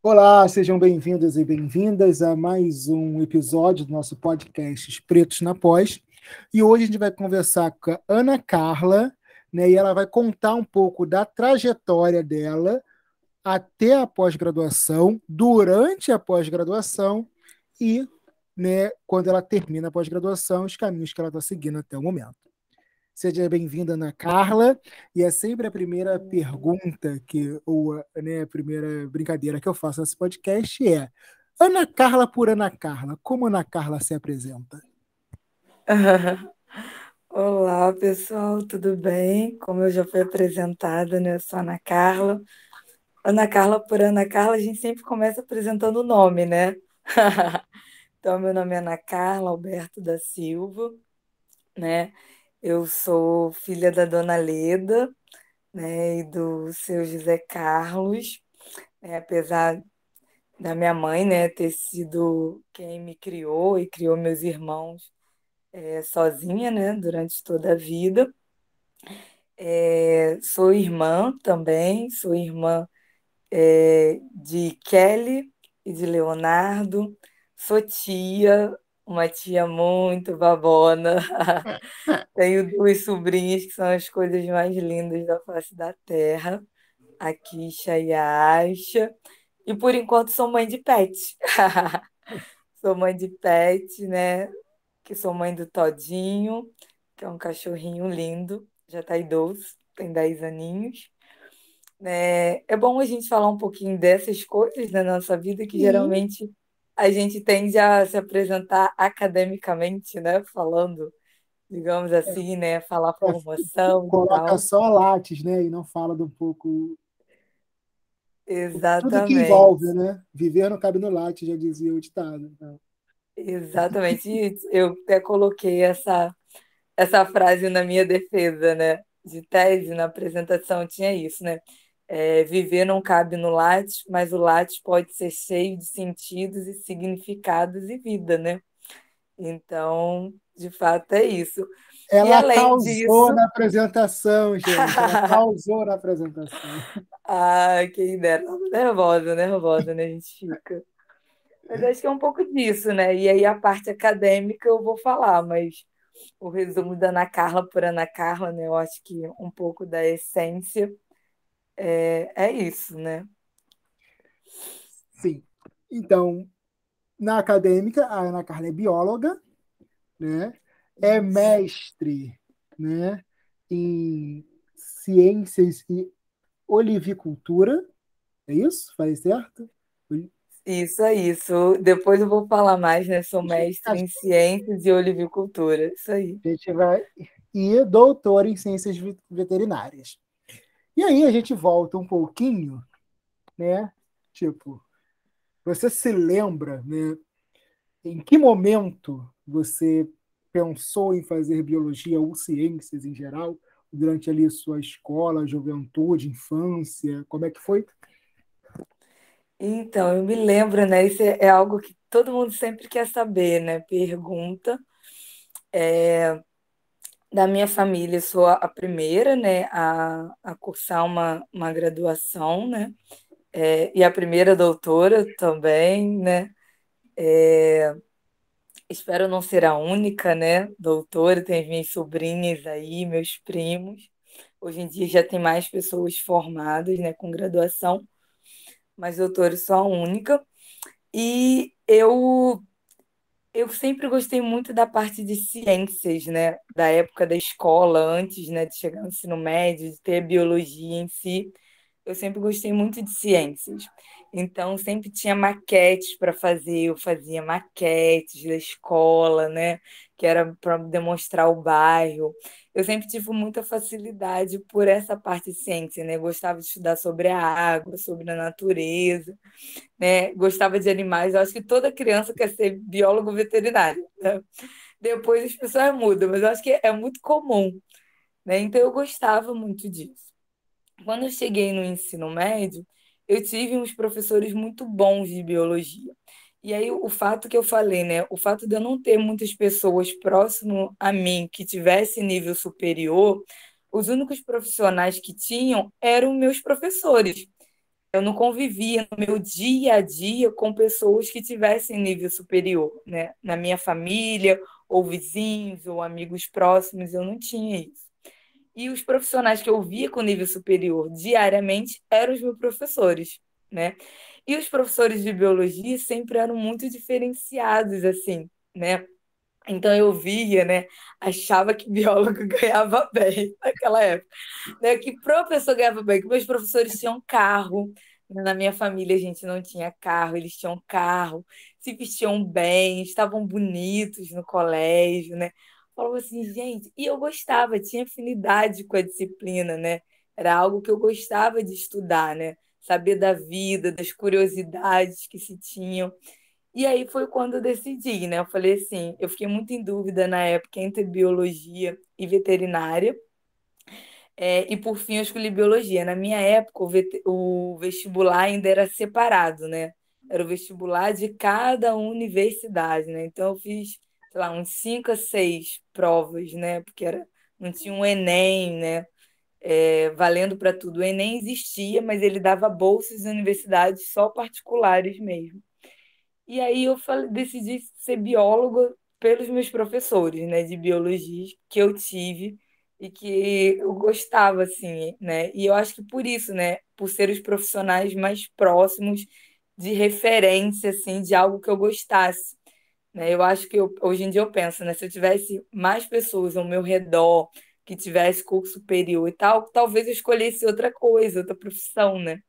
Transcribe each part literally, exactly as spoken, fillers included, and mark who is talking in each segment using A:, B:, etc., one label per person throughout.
A: Olá, sejam bem-vindos e bem-vindas a mais um episódio do nosso podcast Pretos na Pós. E hoje a gente vai conversar com a Ana Carla, né, e ela vai contar um pouco da trajetória dela até a pós-graduação, durante a pós-graduação e, né, quando ela termina a pós-graduação, os caminhos que ela está seguindo até o momento. Seja bem-vinda, Ana Carla. E é sempre a primeira pergunta que, ou né, a primeira brincadeira que eu faço nesse podcast é: Ana Carla por Ana Carla, como Ana Carla se apresenta?
B: Olá, pessoal, tudo bem? Como eu já fui apresentada, né? Eu sou Ana Carla. Ana Carla por Ana Carla, a gente sempre começa apresentando o nome, né? Então, meu nome é Ana Carla Alberto da Silva, né? Eu sou filha da Dona Leda, né? E do seu José Carlos, né? Apesar da minha mãe, né, ter sido quem me criou e criou meus irmãos é, sozinha, né, durante toda a vida. É, sou irmã também, sou irmã é, de Kelly e de Leonardo. Sou tia, uma tia muito babona. Tenho duas sobrinhas que são as coisas mais lindas da face da terra, a Kisha e a Aisha. E por enquanto sou mãe de pet. Sou mãe de pet, né? Que sou mãe do Todinho, que é um cachorrinho lindo, já está idoso, tem dez aninhos. É, é bom a gente falar um pouquinho dessas coisas na nossa vida, que
A: Sim,
B: geralmente a gente tende a se apresentar academicamente, né? Falando, digamos assim, né? Falar
A: é,
B: formação e
A: coloca
B: tal.
A: só a Lattes, né, e não fala do pouco tudo que envolve,
B: Exatamente,
A: né? Viver não cabe no Lattes, já dizia o ditado. Então,
B: exatamente isso. Eu até coloquei essa, essa frase na minha defesa, né? De tese, na apresentação tinha isso, né? É, viver não cabe no Lattes, mas o Lattes pode ser cheio de sentidos e significados e vida, né? Então, de fato, é isso. E
A: ela
B: além
A: causou
B: disso,
A: na apresentação, gente. Ela causou na apresentação.
B: ai, quem dera, nervosa, nervosa, né? A gente fica. Mas acho que é um pouco disso, né? E aí a parte acadêmica eu vou falar, mas o resumo da Ana Carla por Ana Carla, né? Eu acho que um pouco da essência é, é isso, né?
A: Sim. Então, na acadêmica, a Ana Carla é bióloga, né? É
B: Isso,
A: mestre, né, em ciências e olivicultura. É isso? Falei certo?
B: isso, é isso. Depois eu vou falar mais, né? Sou
A: A
B: mestre em ciências e olivicultura. Isso aí.
A: gente vai. E doutora em ciências veterinárias. E aí a gente volta um pouquinho, né? Tipo, você se lembra, né? Em que momento você pensou em fazer biologia ou ciências em geral, durante ali sua escola, juventude, infância? Como é que foi?
B: Então, eu me lembro, né? Isso é é algo que todo mundo sempre quer saber, né? Pergunta. Da minha família, eu sou a a primeira, né, a, a cursar uma, uma graduação, né? É, e a primeira doutora também, né? Espero não ser a única, né, doutora. Tem as minhas sobrinhas aí, meus primos. Hoje em dia já tem mais pessoas formadas, né, com graduação, mas doutora eu sou a única. E eu Eu sempre gostei muito da parte de ciências, né? Da época da escola, antes, né, de chegar no ensino médio, de ter biologia em si. Eu sempre gostei muito de ciências. Então, sempre tinha maquetes para fazer. Eu fazia maquetes da escola, né? Que era para demonstrar o bairro. Eu sempre tive muita facilidade por essa parte de ciência, né? Eu gostava de estudar sobre a água, sobre a natureza, né? Gostava de animais. Eu acho que toda criança quer ser biólogo veterinário, né? Depois as pessoas mudam, mas eu acho que é muito comum, né? Então eu gostava muito disso. Quando eu cheguei no ensino médio, eu tive uns professores muito bons de biologia. E aí o fato que eu falei, né? O fato de eu não ter muitas pessoas próximo a mim que tivesse nível superior, os únicos profissionais que tinham eram meus professores. eu não convivia no meu dia a dia com pessoas que tivessem nível superior, né? Na minha família, ou vizinhos, ou amigos próximos, eu não tinha isso. E os profissionais que eu via com nível superior diariamente eram os meus professores, né? E os professores de biologia sempre eram muito diferenciados, assim, né? Então eu via, né? Achava que biólogo ganhava bem naquela época, né? Que professor ganhava bem, que meus professores tinham carro. Na minha família a gente não tinha carro, eles tinham carro, se vestiam bem, estavam bonitos no colégio, né? Falava assim, gente, e eu gostava, tinha afinidade com a disciplina, né? Era algo que eu gostava de estudar, né? Saber da vida, das curiosidades que se tinham. E aí foi quando eu decidi, né? Eu falei assim, eu fiquei muito em dúvida na época entre biologia e veterinária. É, e por fim eu escolhi biologia. Na minha época, o, vet- o vestibular ainda era separado, né? Era o vestibular de cada universidade, né? Então eu fiz, sei lá, uns cinco a seis provas, né? Porque era, não tinha um Enem, né? É, valendo para tudo. O Enem existia, mas ele dava bolsas em universidades só particulares mesmo. E aí eu falei, decidi ser bióloga pelos meus professores, né, de biologia que eu tive e que eu gostava, assim, né? E eu acho que por isso, né, por ser os profissionais mais próximos de referência, assim, de algo que eu gostasse, né? Eu acho que eu, hoje em dia eu penso, né, se eu tivesse mais pessoas ao meu redor que tivesse curso superior e tal, talvez eu escolhesse outra coisa, outra profissão, né?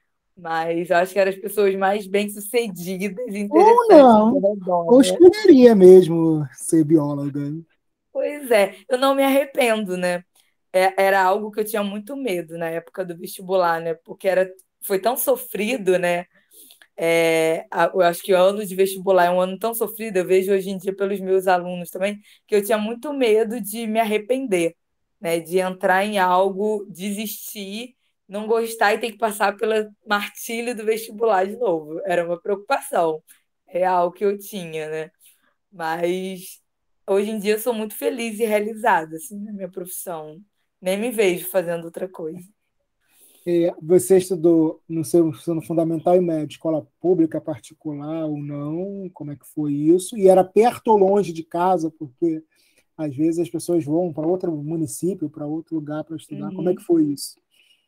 B: Mas eu acho que eram as pessoas mais bem-sucedidas e
A: Ou
B: interessantes ao meu
A: não,
B: redor,
A: ou
B: né?
A: escolheria mesmo ser bióloga.
B: Pois é, eu não me arrependo, né? É- Era algo que eu tinha muito medo na época do vestibular, né? Porque era, foi tão sofrido, né? É, a- eu acho que o ano de vestibular é um ano tão sofrido, eu vejo hoje em dia pelos meus alunos também, que eu tinha muito medo de me arrepender, né? De entrar em algo, desistir, não gostar e ter que passar pelo martírio do vestibular de novo. Era uma preocupação real que eu tinha, né? Mas hoje em dia eu sou muito feliz e realizada, assim, na minha profissão. Nem me vejo fazendo outra coisa.
A: É, você estudou no seu ensino fundamental e médio, escola pública, particular ou não? Como é que foi isso? E era perto ou longe de casa? Porque às vezes as pessoas vão para outro município, para outro lugar para estudar. Como é que
B: Uhum.
A: foi isso?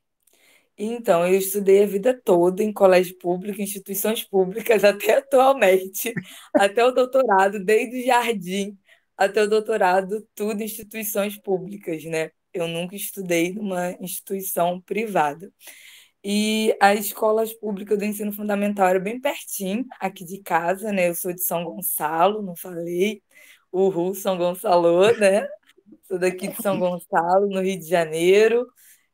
B: Então, eu estudei a vida toda em colégio público, instituições públicas, até atualmente, até o doutorado, desde o jardim até o doutorado, tudo em instituições públicas, né? Eu nunca estudei numa instituição privada. E as escolas públicas do ensino fundamental eram bem pertinho aqui de casa, né? Eu sou de São Gonçalo, não falei. Uhul, São Gonçalo, né? Sou daqui de São Gonçalo, no Rio de Janeiro.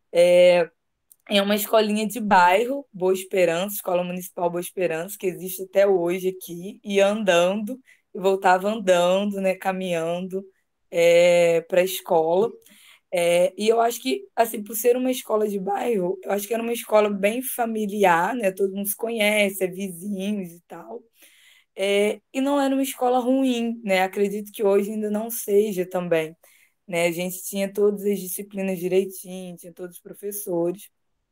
B: É uma escolinha de bairro, Boa Esperança, Escola Municipal Boa Esperança, que existe até hoje aqui, e andando, e voltava andando, né, caminhando é, para a escola. É, e eu acho que, assim, por ser uma escola de bairro, eu acho que era uma escola bem familiar, né? Todo mundo se conhece, é vizinhos e tal. É, e não era uma escola ruim, né? Acredito que hoje ainda não seja também, né? A gente tinha todas as disciplinas direitinho, tinha todos os professores.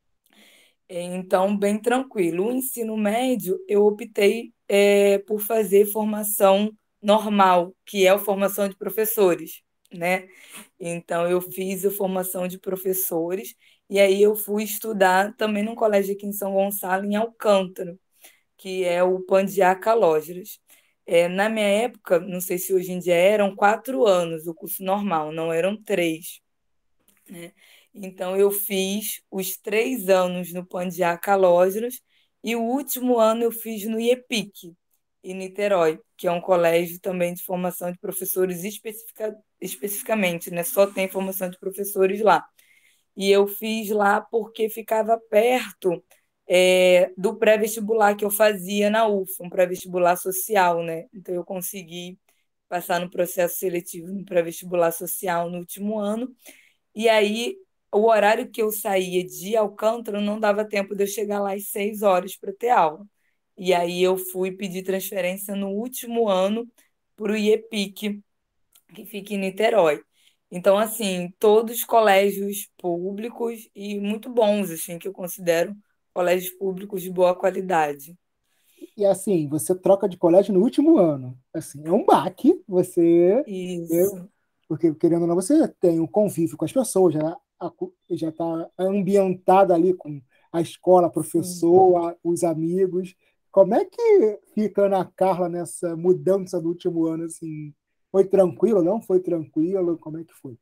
B: Então, bem tranquilo. O ensino médio, eu optei é, por fazer formação normal, que é a formação de professores, né? Então, eu fiz a formação de professores e aí eu fui estudar também num colégio aqui em São Gonçalo, em Alcântara, que é o Pandiá Calógeras. É, na minha época, não sei se hoje em dia eram quatro anos o curso normal, não eram três, né? Então, eu fiz os três anos no Pandiá Calógeras e o último ano eu fiz no IEPIC, em Niterói, que é um colégio também de formação de professores especifica, especificamente, né? Só tem formação de professores lá. E eu fiz lá porque ficava perto é, do pré-vestibular que eu fazia na U F, um pré-vestibular social, né? Então, eu consegui passar no processo seletivo no pré-vestibular social no último ano e aí, o horário que eu saía de Alcântara não dava tempo de eu chegar lá às seis horas para ter aula. E aí eu fui pedir transferência no último ano para o IEPIC, que fica em Niterói. Então, assim, todos colégios públicos e muito bons, assim, que eu considero colégios públicos de boa qualidade.
A: E assim, você troca de colégio no último ano. Assim, é um baque, você, eu,
B: Isso,
A: porque querendo ou não, você tem um convívio com as pessoas, já a- já está ambientada ali com a escola, a
B: sim.
A: professor, a- os amigos. Como é que fica a Ana Carla nessa mudança do último ano? Assim, foi tranquilo? Não foi tranquilo? Como é que foi?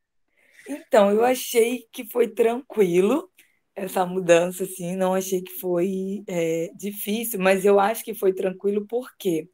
B: Então, eu achei que foi tranquilo essa mudança, assim, não achei que foi é, difícil, mas eu acho que foi tranquilo porque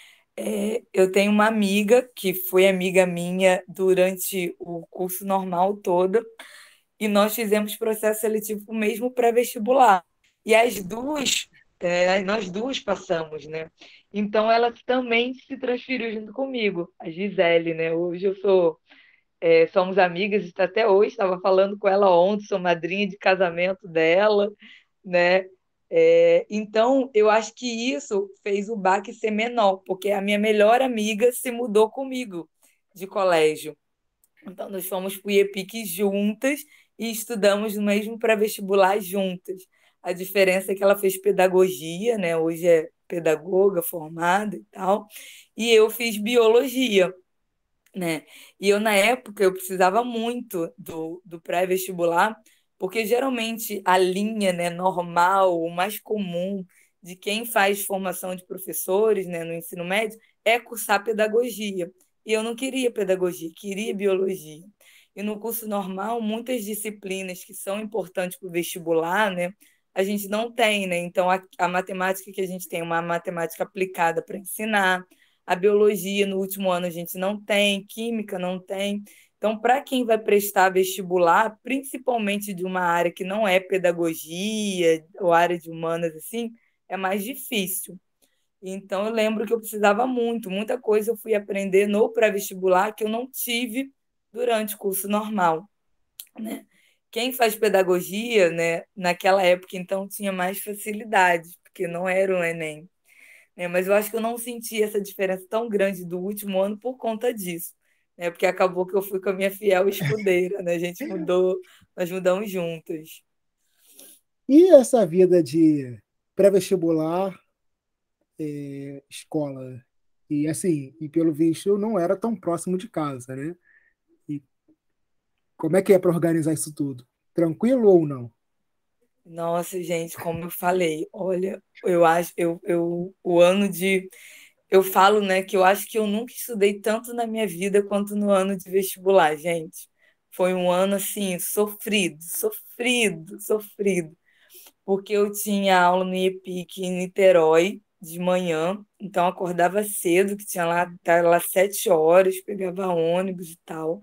B: é, eu tenho uma amiga que foi amiga minha durante o curso normal todo, e nós fizemos processo seletivo mesmo pré-vestibular. E as duas, é, nós duas passamos, né? Então ela também se transferiu junto comigo, a Gisele, né? Hoje eu sou é, somos amigas até hoje, estava falando com ela ontem, sou madrinha de casamento dela, né? É, então, eu acho que isso fez o baque ser menor, porque a minha melhor amiga se mudou comigo de colégio. Então, nós fomos para o IEPIC juntas e estudamos no mesmo pré-vestibular juntas. A diferença é que ela fez pedagogia, né? Hoje é pedagoga formada e tal, e eu fiz biologia, né? E eu, na época, eu precisava muito do, do pré-vestibular, porque geralmente a linha, né, normal, o mais comum de quem faz formação de professores, né, no ensino médio, é cursar pedagogia. E eu não queria pedagogia, queria biologia. E no curso normal, muitas disciplinas que são importantes para o vestibular, né, a gente não tem, né? Então, a, a matemática que a gente tem, é uma matemática aplicada para ensinar, a biologia no último ano a gente não tem, química não tem. Então, para quem vai prestar vestibular, principalmente de uma área que não é pedagogia ou área de humanas assim, é mais difícil. Então, eu lembro que eu precisava muito, muita coisa eu fui aprender no pré-vestibular que eu não tive durante o curso normal, né? Quem faz pedagogia, né, naquela época, então, tinha mais facilidade, porque não era o Enem, né? Mas eu acho que eu não senti essa diferença tão grande do último ano por conta disso, né? Porque acabou que eu fui com a minha fiel escudeira, né? A gente mudou, nós mudamos juntas.
A: E essa vida de pré-vestibular, é, escola? E assim, e pelo visto não era tão próximo de casa, né? E como é que é para organizar isso tudo? Tranquilo ou não?
B: Nossa, gente, como eu falei, olha, eu acho, eu, eu, o ano de, eu falo, né, que eu acho que eu nunca estudei tanto na minha vida quanto no ano de vestibular, gente. Foi um ano assim, sofrido, sofrido, sofrido. Porque eu tinha aula no IEPIC em Niterói de manhã, então eu acordava cedo, que tinha lá, tá lá sete horas, pegava ônibus e tal.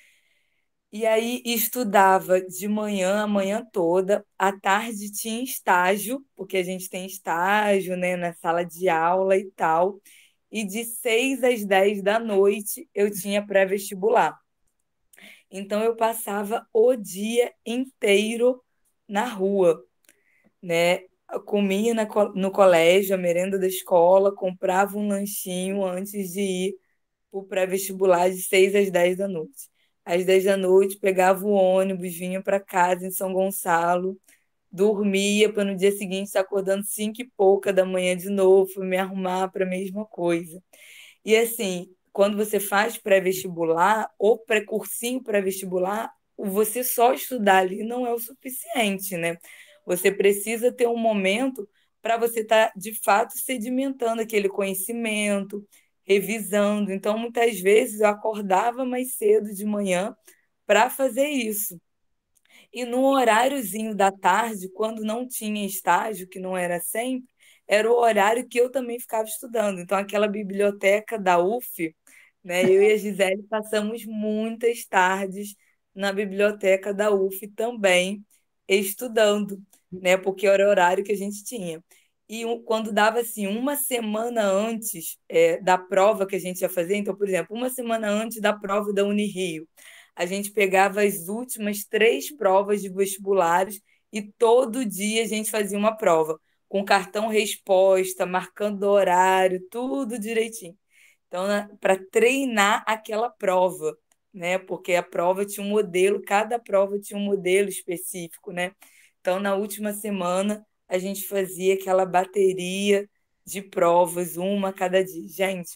B: E aí estudava de manhã a manhã toda, à tarde tinha estágio, porque a gente tem estágio, né, na sala de aula e tal. E de seis às dez da noite eu tinha pré-vestibular. Então eu passava o dia inteiro na rua, né? Eu comia na co- no colégio, a merenda da escola, comprava um lanchinho antes de ir para o pré-vestibular de seis às dez da noite. Às dez da noite, pegava o ônibus, vinha para casa em São Gonçalo, dormia para no dia seguinte estar acordando cinco e pouca da manhã de novo, me arrumar para a mesma coisa. E assim, quando você faz pré-vestibular ou pré-cursinho pré-vestibular, você só estudar ali não é o suficiente, né? Você precisa ter um momento para você estar, de fato, sedimentando aquele conhecimento, revisando. Então, muitas vezes eu acordava mais cedo de manhã para fazer isso. E no horáriozinho da tarde, quando não tinha estágio, que não era sempre, era o horário que eu também ficava estudando. Então, aquela biblioteca da U F, né, eu e a Gisele passamos muitas tardes na biblioteca da U F também, estudando, né, porque era o horário que a gente tinha. E um- quando dava assim, uma semana antes é, da prova que a gente ia fazer, então, por exemplo, uma semana antes da prova da Unirio, a gente pegava as últimas três provas de vestibulares e todo dia a gente fazia uma prova, com cartão resposta, marcando horário, tudo direitinho. Então, para treinar aquela prova, né? Porque a prova tinha um modelo, cada prova tinha um modelo específico, né? Então, na última semana, a gente fazia aquela bateria de provas, uma a cada dia. Gente,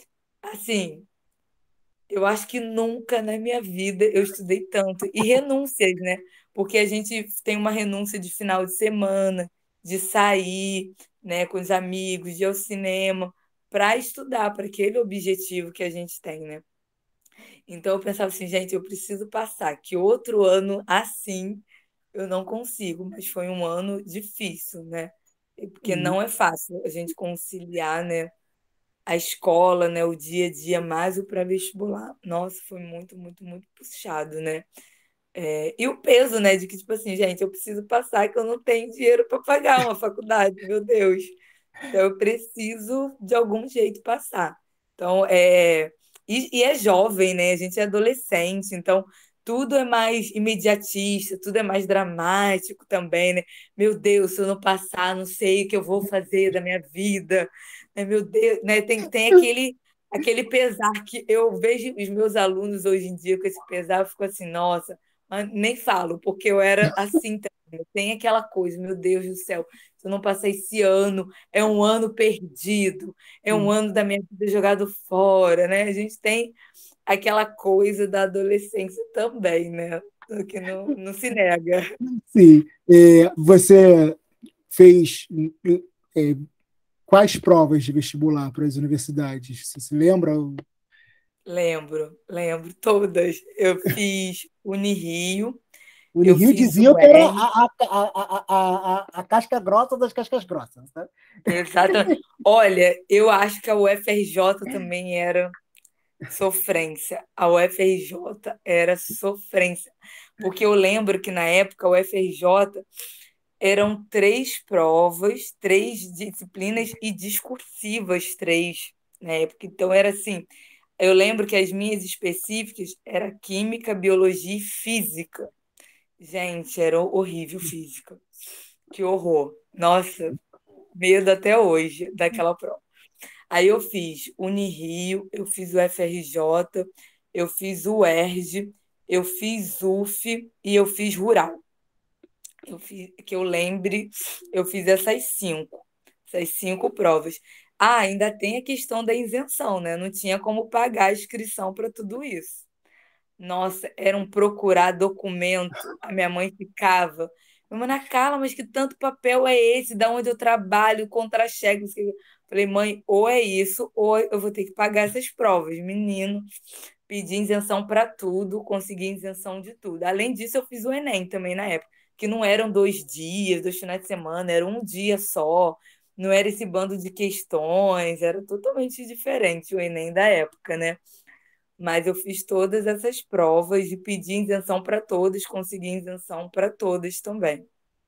B: assim, eu acho que nunca na minha vida eu estudei tanto. E renúncias, né? Porque a gente tem uma renúncia de final de semana, de sair, né, com os amigos, de ir ao cinema, para estudar, para aquele objetivo que a gente tem, né? Então eu pensava assim, gente, eu preciso passar, que outro ano assim eu não consigo, mas foi um ano difícil, né? Porque
A: E,
B: não é fácil a gente conciliar, né, a escola, né, o dia a dia, mais o pré-vestibular. Nossa, foi muito, muito, muito puxado, né? É, e o peso, né, de que, tipo assim, gente, eu preciso passar, que eu não tenho dinheiro para pagar uma faculdade, meu Deus. Então, eu preciso, de algum jeito, passar. Então, é... E, e é jovem, né? A gente é adolescente, então tudo é mais imediatista, tudo é mais dramático também, né? Meu Deus, se eu não passar, não sei o que eu vou fazer da minha vida. Né? Meu Deus, né? Tem, tem aquele, aquele pesar que eu vejo os meus alunos hoje em dia com esse pesar, eu fico assim, nossa, mas nem falo, porque eu era assim também. Tem aquela coisa, meu Deus do céu, se eu não passar esse ano, é um ano perdido, é um ano da minha vida jogado fora, né? A gente tem aquela coisa da adolescência também, né? Que não, não se nega.
A: sim, é, você fez é, quais provas de vestibular para as universidades? Você se lembra?
B: Lembro, lembro todas. Eu fiz Unirio,
A: O
B: eu
A: Unirio
B: fiz
A: dizia
B: o
A: que era
B: R,
A: a, a, a, a, a, a casca grossa das cascas grossas. Tá?
B: exatamente. Olha, eu acho que a U F R J também era sofrência. A U F R J era sofrência. Porque eu lembro que na época a U F R J eram três provas, três disciplinas e discursivas, três na época. Então era assim, eu lembro que as minhas específicas era química, biologia e física. Gente, era horrível física. Que horror. Nossa, medo até hoje daquela prova. Aí eu fiz Unirio, eu fiz o F R J, eu fiz o UERJ, eu fiz U F e eu fiz Rural. Eu fiz, que eu lembre, eu fiz essas cinco, essas cinco provas. Ah, ainda tem a questão da isenção, né? Não tinha como pagar a inscrição para tudo isso. Nossa, era um procurar documento. A minha mãe ficava. Ana Carla, mas que tanto papel é esse? Da onde eu trabalho, contra-cheque? Não sei o quê. Falei, mãe, ou é isso, ou eu vou ter que pagar essas provas. Menino, pedi isenção para tudo, consegui isenção de tudo. Além disso, eu fiz o Enem também na época, que não eram dois dias, dois finais de semana, era um dia só. Não era esse bando de questões, era totalmente diferente o Enem da época, né? Mas eu fiz todas essas provas e pedi isenção para todas, consegui isenção para todas também.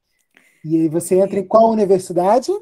A: E aí você entra em qual universidade?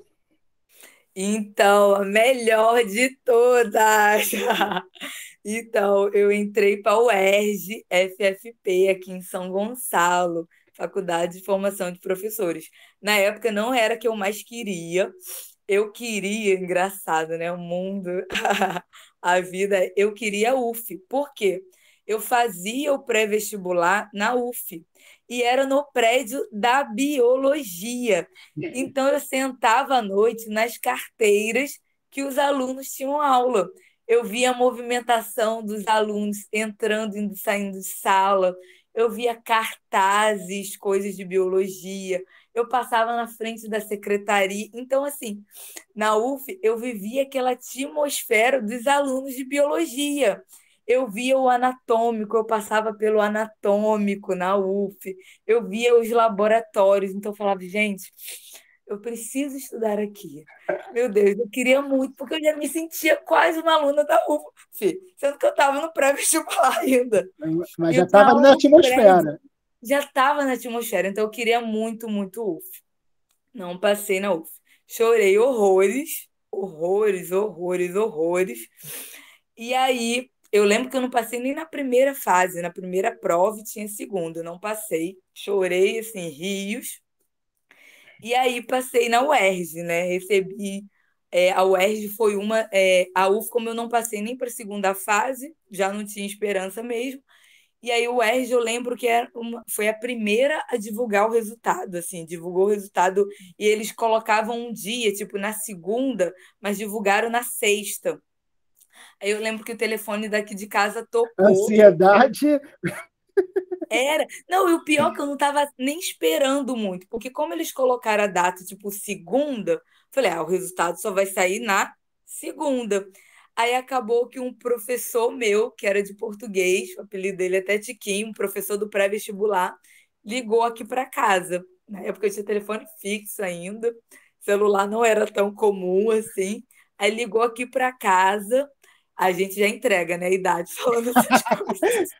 B: Então, a melhor de todas. Então, eu entrei para o UERJ F F P aqui em São Gonçalo, Faculdade de Formação de Professores. Na época não era a que eu mais queria. Eu queria, engraçado, né? O mundo, a vida, eu queria a U F. Por quê? Eu fazia o pré-vestibular na U F e era no prédio da biologia. Então eu sentava à noite nas carteiras que os alunos tinham aula. Eu via a movimentação dos alunos entrando e saindo de sala. Eu via cartazes, coisas de biologia. Eu passava na frente da secretaria. Então, assim, na U F, eu vivia aquela atmosfera dos alunos de biologia. Eu via o anatômico, eu passava pelo anatômico na U F, eu via os laboratórios, então eu falava, gente, eu preciso estudar aqui. Meu Deus, eu queria muito, porque eu já me sentia quase uma aluna da U F, sendo que eu estava no pré-vestibular ainda.
A: Mas
B: E
A: já
B: eu tinha
A: estava ali
B: aula
A: na
B: no prédio,
A: atmosfera.
B: já estava na atmosfera, então eu queria muito, muito U F. Não passei na U F. Chorei horrores, horrores, horrores, horrores. E aí, eu lembro que eu não passei nem na primeira fase, na primeira prova e tinha segunda, eu não passei. Chorei, assim, rios. E aí, passei na UERJ, né? Recebi. É, a UERJ foi uma. É, a U F, como eu não passei nem para a segunda fase, já não tinha esperança mesmo. E aí o U E R J eu lembro que era uma, foi a primeira a divulgar o resultado, assim, divulgou o resultado e eles colocavam um dia, tipo na segunda, mas divulgaram na sexta. Aí eu lembro que o telefone daqui de casa tocou.
A: Ansiedade.
B: Era. Não, e o pior é que eu não estava nem esperando muito, porque como eles colocaram a data, tipo, segunda, falei, ah, o resultado só vai sair na segunda. Aí acabou que um professor meu, que era de português, o apelido dele é até Tiquinho, um professor do pré-vestibular, ligou aqui para casa. Na época eu tinha telefone fixo ainda, celular não era tão comum assim. Aí ligou aqui para casa, a gente já entrega, né, a idade falando essas coisas.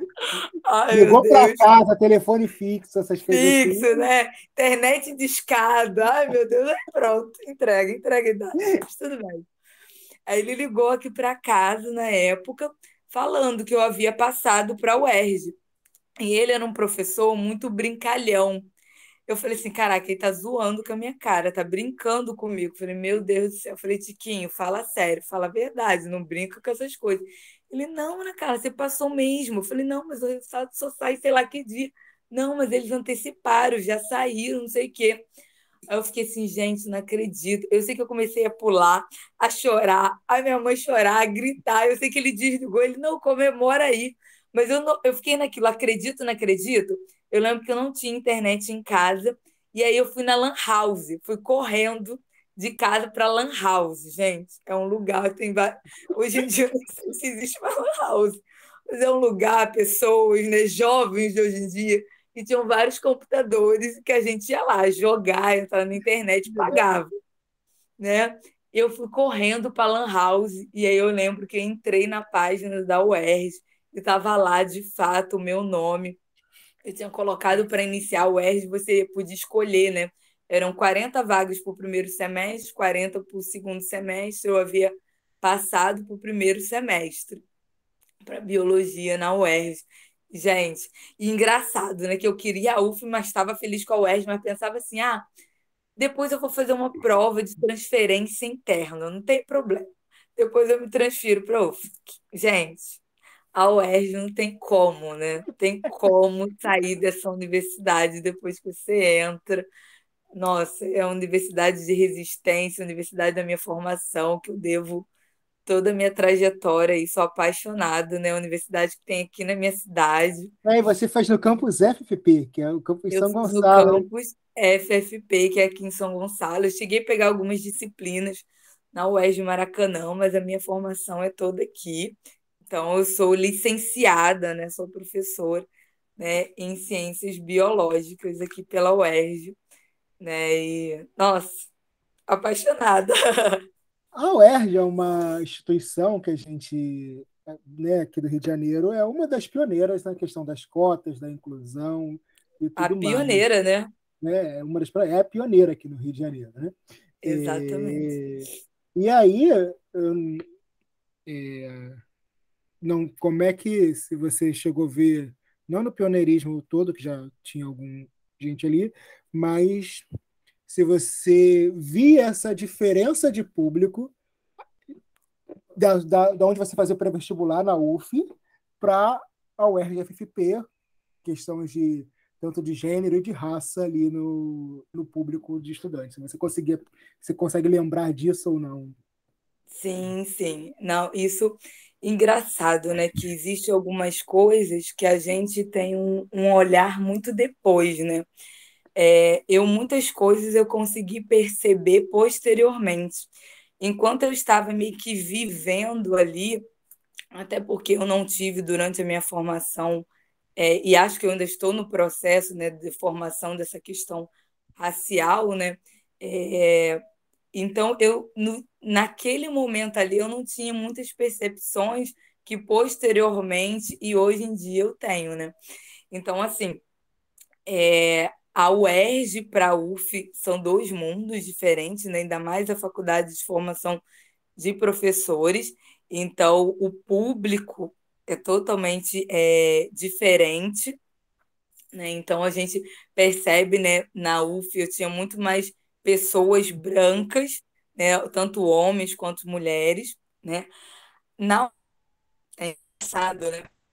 B: Ai, meu
A: Ligou para
B: Deus.
A: casa, telefone fixo, essas coisas assim.
B: Fixo, né? Internet de escada. Ai, meu Deus. Aí pronto, entrega, entrega a idade. Mas tudo bem. Aí ele ligou aqui para casa na época, falando que eu havia passado para o U E R J. E ele era um professor muito brincalhão. Eu falei assim, caraca, ele tá zoando com a minha cara, tá brincando comigo. Eu falei, meu Deus do céu. Eu falei, Tiquinho, fala sério, fala a verdade, não brinca com essas coisas. Ele, não, Ana Carla, você passou mesmo. Eu falei, não, mas o resultado só sai sei lá que dia. Não, mas eles anteciparam, já saíram, não sei o quê. Aí eu fiquei assim, gente, não acredito. Eu sei que eu comecei a pular, a chorar, a minha mãe chorar, a gritar. Eu sei que ele desligou, ele não comemora aí. Mas eu, não, eu fiquei naquilo, acredito, não acredito. Eu lembro que eu não tinha internet em casa, e aí eu fui na Lan House, fui correndo de casa para Lan House, gente. É um lugar, tem va- hoje em dia eu não sei se existe uma Lan House, mas é um lugar, pessoas, né, jovens de hoje em dia e tinham vários computadores que a gente ia lá jogar, entrar na internet, pagava, né? Eu fui correndo para a Lan House e aí eu lembro que eu entrei na página da U E R J e estava lá, de fato, o meu nome. Eu tinha colocado para iniciar o U E R J, você podia escolher, né? Eram quarenta vagas para o primeiro semestre, quarenta para o segundo semestre. Eu havia passado para o primeiro semestre para biologia na U E R J. Gente, e engraçado, né? Que eu queria a U F, mas estava feliz com a U E R J, mas pensava assim: ah, depois eu vou fazer uma prova de transferência interna, não tem problema. Depois eu me transfiro para a U F. Gente, a U E R J não tem como, né? Tem como sair dessa universidade depois que você entra. Nossa, é a universidade de resistência, a universidade da minha formação, que eu devo toda a minha trajetória e sou apaixonada, né? A universidade que tem aqui na minha cidade.
A: Aí você faz no campus F F P, que é o campus
B: Eu
A: São
B: fiz no
A: Gonçalo, né?
B: campus F F P, que é aqui em São Gonçalo. Eu cheguei a pegar algumas disciplinas na U E R J Maracanã, mas a minha formação é toda aqui. Então, eu sou licenciada, né? Sou professora, né? Em ciências biológicas aqui pela U E R J, né? E, nossa, apaixonada.
A: A U E R J é uma instituição que a gente, né, aqui do Rio de Janeiro, é uma das pioneiras na questão das cotas, da inclusão e
B: A
A: tudo mais.
B: pioneira, né?
A: Né? É uma das, é a pioneira aqui no Rio de Janeiro, né?
B: Exatamente.
A: E, e aí, eu, é, não, como é que, se você chegou a ver, não no pioneirismo todo, que já tinha algum gente ali, mas se você via essa diferença de público da, da, da onde você fazia o pré-vestibular na U F para a U E R J F F P, questões de tanto de gênero e de raça ali no, no público de estudantes. Você conseguia, você consegue lembrar disso ou não?
B: Sim, sim. Não, isso engraçado, né? Que existe algumas coisas que a gente tem um, um olhar muito depois, né? É, eu muitas coisas eu consegui perceber posteriormente. Enquanto eu estava meio que vivendo ali, até porque eu não tive durante a minha formação, é, e acho que eu ainda estou no processo, né, de formação dessa questão racial, né? É, então, eu, no, naquele momento ali, eu não tinha muitas percepções que posteriormente e hoje em dia eu tenho, né? Então, assim, é, a U E R J para a U F são dois mundos diferentes, né? Ainda mais a faculdade de formação de professores. Então, o público é totalmente é, diferente, né? Então, a gente percebe, né, na U F eu tinha muito mais pessoas brancas, né, tanto homens quanto mulheres, né? Na é engraçado, né?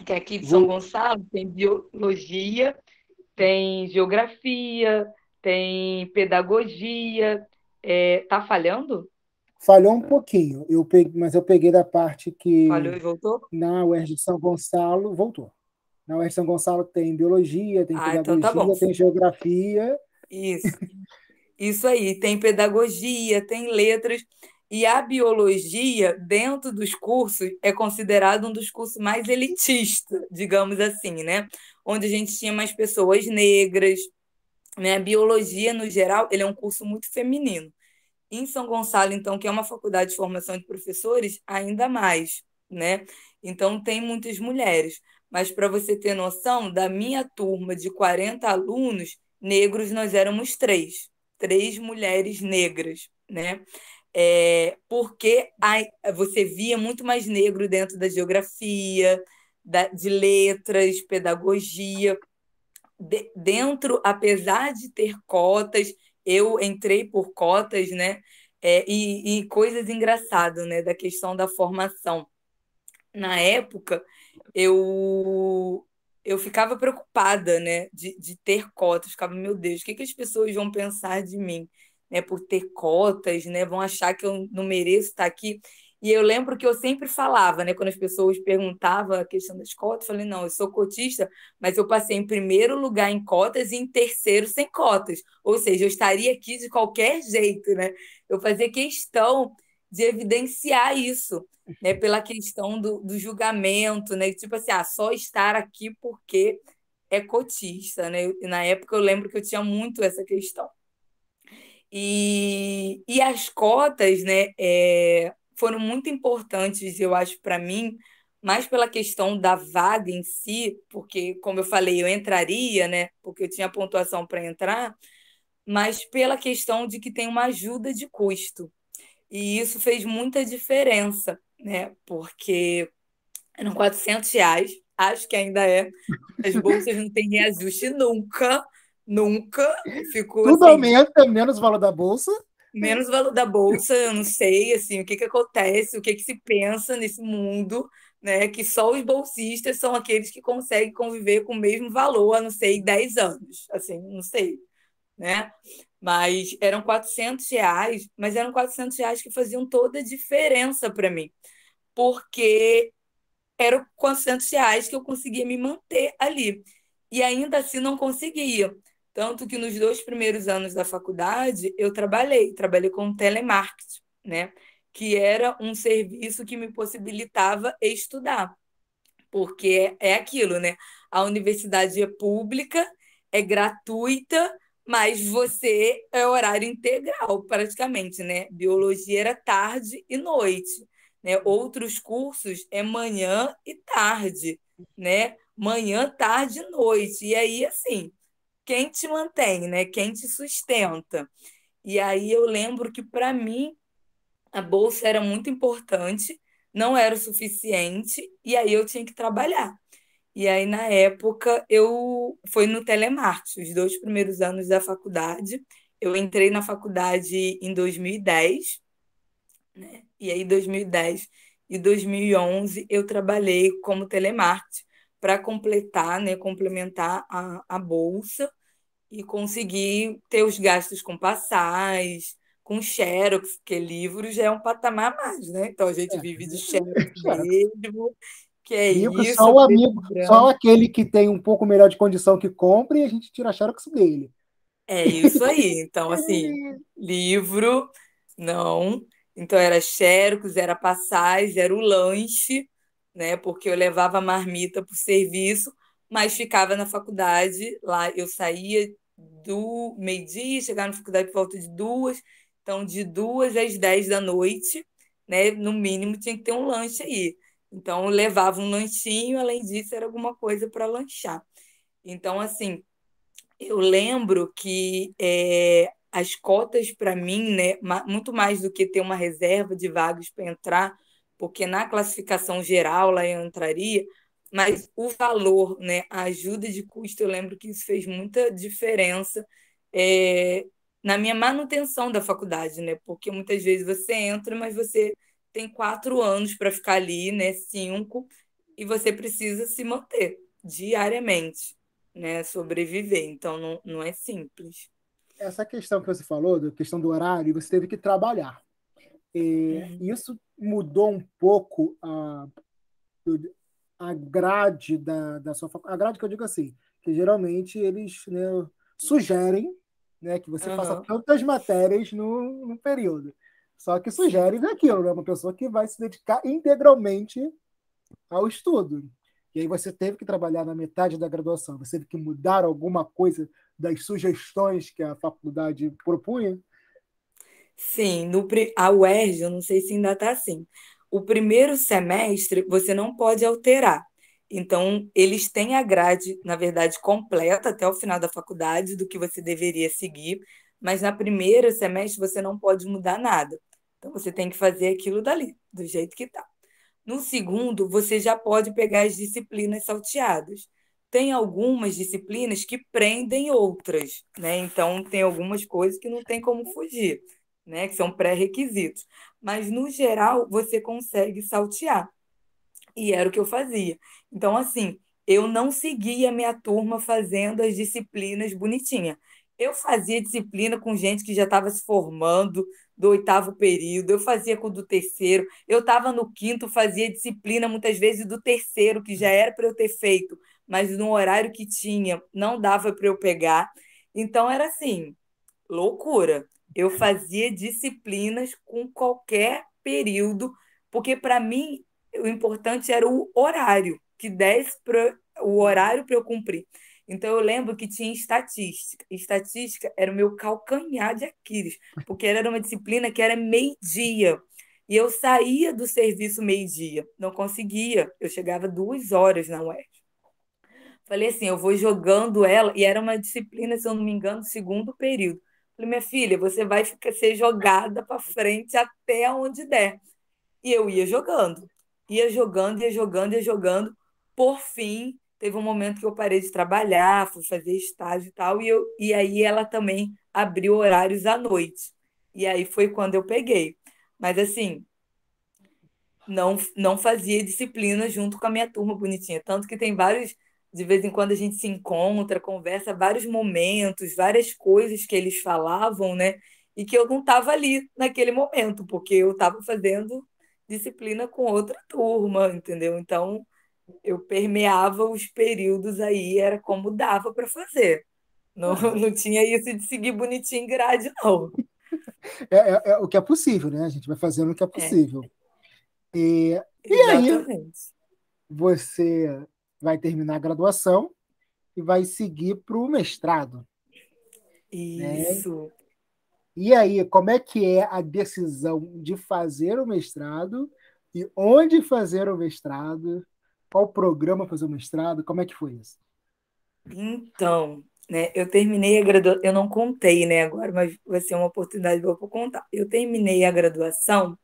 B: que é aqui de São
A: Vou...
B: Gonçalo, tem biologia, tem geografia, tem pedagogia. É, tá falhando?
A: Falhou um pouquinho, eu peguei, mas eu peguei da parte
B: Falhou
A: que
B: e voltou?
A: na U E R J de São Gonçalo voltou. Na U E R J de São Gonçalo tem biologia, tem
B: Ah, então tá bom.
A: pedagogia, tem geografia.
B: Isso. Isso aí, tem pedagogia, tem letras, e a biologia, dentro dos cursos, é considerado um dos cursos mais elitistas, digamos assim, né? Onde a gente tinha mais pessoas negras, né? A biologia, no geral, ele é um curso muito feminino. Em São Gonçalo, então, que é uma faculdade de formação de professores, ainda mais, né? Então, tem muitas mulheres. Mas, para você ter noção, da minha turma de quarenta alunos, negros nós éramos três. Três mulheres negras, né? É, porque a, você via muito mais negro dentro da geografia, da, de letras, pedagogia de, dentro, apesar de ter cotas, eu entrei por cotas, né? É, e, e coisas engraçadas, né? Da questão da formação. Na época, eu eu ficava preocupada, né? De, de ter cotas. Ficava, meu Deus, o que, que as pessoas vão pensar de mim, né? Por ter cotas, né? Vão achar que eu não mereço estar aqui. E eu lembro que eu sempre falava, né? Quando as pessoas perguntavam a questão das cotas, eu falei, não, eu sou cotista, mas eu passei em primeiro lugar em cotas e em terceiro sem cotas. Ou seja, eu estaria aqui de qualquer jeito, né? Eu fazia questão de evidenciar isso, né? Pela questão do, do julgamento, né? Tipo assim, ah, só estar aqui porque é cotista, né? E na época eu lembro que eu tinha muito essa questão. E, e as cotas, né, é, foram muito importantes, eu acho, para mim, mais pela questão da vaga em si, porque, como eu falei, eu entraria, né, porque eu tinha pontuação para entrar, mas pela questão de que tem uma ajuda de custo. E isso fez muita diferença, né, porque eram quatrocentos reais, acho que ainda é. As bolsas não têm reajuste nunca, nunca. Ficou
A: Tudo
B: assim,
A: aumenta, menos o valor da bolsa.
B: menos o valor da bolsa, eu não sei assim, o que que acontece, o que que se pensa nesse mundo, né? Que só os bolsistas são aqueles que conseguem conviver com o mesmo valor há, não sei, dez anos. Assim, não sei, né? Mas eram quatrocentos reais, mas eram quatrocentos reais que faziam toda a diferença para mim, porque eram quatrocentos reais que eu conseguia me manter ali. E ainda assim não conseguia. Tanto que nos dois primeiros anos da faculdade eu trabalhei, trabalhei com telemarketing, né? Que era um serviço que me possibilitava estudar, porque é aquilo, né? A universidade é pública, é gratuita, mas você é horário integral, praticamente, né? Biologia era tarde e noite, né? Outros cursos é manhã e tarde, né? Manhã, tarde e noite. E aí, assim, quem te mantém, né? Quem te sustenta? E aí eu lembro que, para mim, a bolsa era muito importante, não era o suficiente, e aí eu tinha que trabalhar. E aí, na época, eu fui no telemarketing, os dois primeiros anos da faculdade. Eu entrei na faculdade em dois mil e dez, né? E aí, dois mil e dez e dois mil e onze, eu trabalhei como telemarketing para completar, né, complementar a, a bolsa e conseguir ter os gastos com passagem, com xerox, porque livros já é um patamar a mais, né? Então, a gente
A: É,
B: vive de xerox
A: Xerox.
B: mesmo, que é
A: Livro,
B: isso,
A: só o
B: preto e
A: amigo, só
B: branco.
A: aquele que tem um pouco melhor de condição que compra e a gente tira a Xerox dele.
B: É isso aí. Então, assim, livro, não. Então, era xerox, era passagem, era o lanche, né? Porque eu levava marmita para o serviço, mas ficava na faculdade. Lá eu saía do meio-dia, chegava na faculdade por volta de duas. Então, de duas às dez da noite, né? No mínimo, tinha que ter um lanche aí. Então, eu levava um lanchinho, além disso, era alguma coisa para lanchar. Então, assim, eu lembro que é, as cotas, para mim, né, ma- muito mais do que ter uma reserva de vagas para entrar, porque na classificação geral lá eu entraria, mas o valor, né, a ajuda de custo, eu lembro que isso fez muita diferença é, na minha manutenção da faculdade, né, porque muitas vezes você entra, mas você tem quatro anos para ficar ali, né, cinco, e você precisa se manter diariamente, né? Sobreviver. Então, não, não é simples.
A: Essa questão que você falou, da questão do horário, você teve que trabalhar. E
B: Uhum.
A: isso mudou um pouco a, a grade da, da sua faculdade. A grade que eu digo assim, que geralmente eles, né, sugerem, né, que você faça
B: Uhum.
A: tantas matérias no, no período. Só que
B: Sim.
A: sugerem daquilo, né? Uma pessoa que vai se dedicar integralmente ao estudo. E aí você teve que trabalhar na metade da graduação, você teve que mudar alguma coisa das sugestões que a faculdade propunha.
B: Sim, no, pri- a U E R J, eu não sei se ainda está assim. O primeiro semestre você não pode alterar. Então, eles têm a grade, na verdade, completa até o final da faculdade do que você deveria seguir, mas na primeira semestre você não pode mudar nada. Então, você tem que fazer aquilo dali, do jeito que está. No segundo, você já pode pegar as disciplinas salteadas. Tem algumas disciplinas que prendem outras, né? Então, tem algumas coisas que não tem como fugir, né? Que são pré-requisitos. Mas, no geral, você consegue saltear. E era o que eu fazia. Então, assim, eu não seguia a minha turma fazendo as disciplinas bonitinha. Eu fazia disciplina com gente que já estava se formando do oitavo período, eu fazia com o do terceiro, eu estava no quinto, fazia disciplina muitas vezes do terceiro, que já era para eu ter feito, mas no horário que tinha, não dava para eu pegar. Então, era assim, loucura. Eu fazia disciplinas com qualquer período, porque para mim o importante era o horário, que desse pra, o horário para eu cumprir. Então eu lembro que tinha estatística. Estatística era o meu calcanhar de Aquiles, porque era uma disciplina que era meio-dia. E eu saía do serviço meio-dia, não conseguia. Eu chegava duas horas na U E R J. Falei assim, eu vou jogando ela, e era uma disciplina, se eu não me engano, segundo período. Falei, minha filha, você vai ficar, ser jogada para frente até onde der. E eu ia jogando, ia jogando, ia jogando, ia jogando. Por fim, teve um momento que eu parei de trabalhar, fui fazer estágio e tal, e, eu, e aí ela também abriu horários à noite. E aí foi quando eu peguei. Mas assim, não, não fazia disciplina junto com a minha turma bonitinha. Tanto que tem vários, de vez em quando a gente se encontra, conversa, vários momentos, várias coisas que eles falavam, né? E que eu não estava ali naquele momento, porque eu estava fazendo disciplina com outra turma, entendeu? Então eu permeava os períodos aí, era como dava para fazer. Não,
A: Ah,
B: não tinha isso de seguir bonitinho em grade, não.
A: é, é, é o que é possível, né? A gente vai fazendo o que é
B: É,
A: possível. E, e aí
B: exatamente.
A: você vai terminar a graduação e vai seguir para o mestrado, né?
B: Isso.
A: E aí, como é que é a decisão de fazer o mestrado e onde fazer o mestrado? Qual programa fazer o mestrado? Como é que foi isso?
B: Então, né, eu terminei a graduação, eu não contei, né, agora, mas vai ser uma oportunidade boa para contar. Eu terminei a graduação,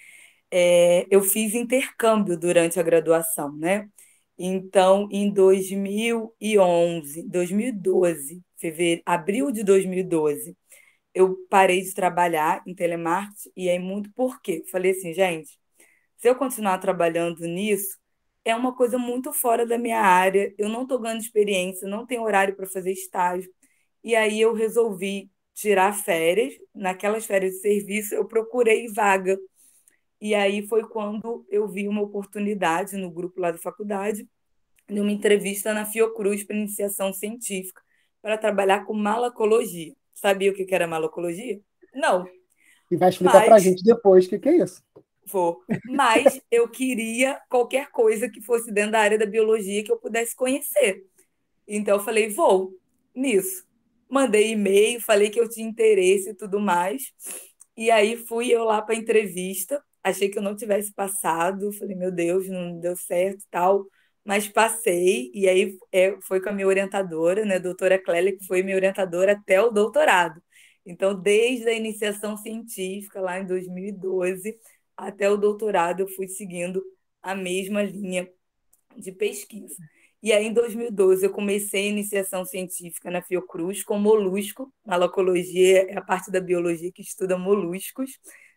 B: é, eu fiz intercâmbio durante a graduação, né? Então, em dois mil e onze, dois mil e doze, fevereiro, abril de dois mil e doze, eu parei de trabalhar em telemarketing e aí muito por quê? Falei assim, gente, se eu continuar trabalhando nisso, é uma coisa muito fora da minha área. Eu não estou ganhando experiência, não tenho horário para fazer estágio. E aí eu resolvi tirar férias. Naquelas férias de serviço, eu procurei vaga. E aí foi quando eu vi uma oportunidade no grupo lá da faculdade, de uma entrevista na Fiocruz para iniciação científica, para trabalhar com malacologia. Sabia o que era malacologia? Não,
A: E vai explicar para a
B: mas
A: gente depois o que, que é isso.
B: vou. Mas eu queria qualquer coisa que fosse dentro da área da biologia que eu pudesse conhecer. Então eu falei, vou nisso. Mandei e-mail, falei que eu tinha interesse e tudo mais. E aí fui eu lá para a entrevista. Achei que eu não tivesse passado. Falei, meu Deus, não deu certo e tal. Mas passei. E aí é, foi com a minha orientadora, né, doutora Clélia, que foi minha orientadora até o doutorado. Então, desde a iniciação científica, lá em dois mil e doze, até o doutorado, eu fui seguindo a mesma linha de pesquisa. E aí, em dois mil e doze, eu comecei a iniciação científica na Fiocruz com molusco. Malacologia é a parte da biologia que estuda moluscos,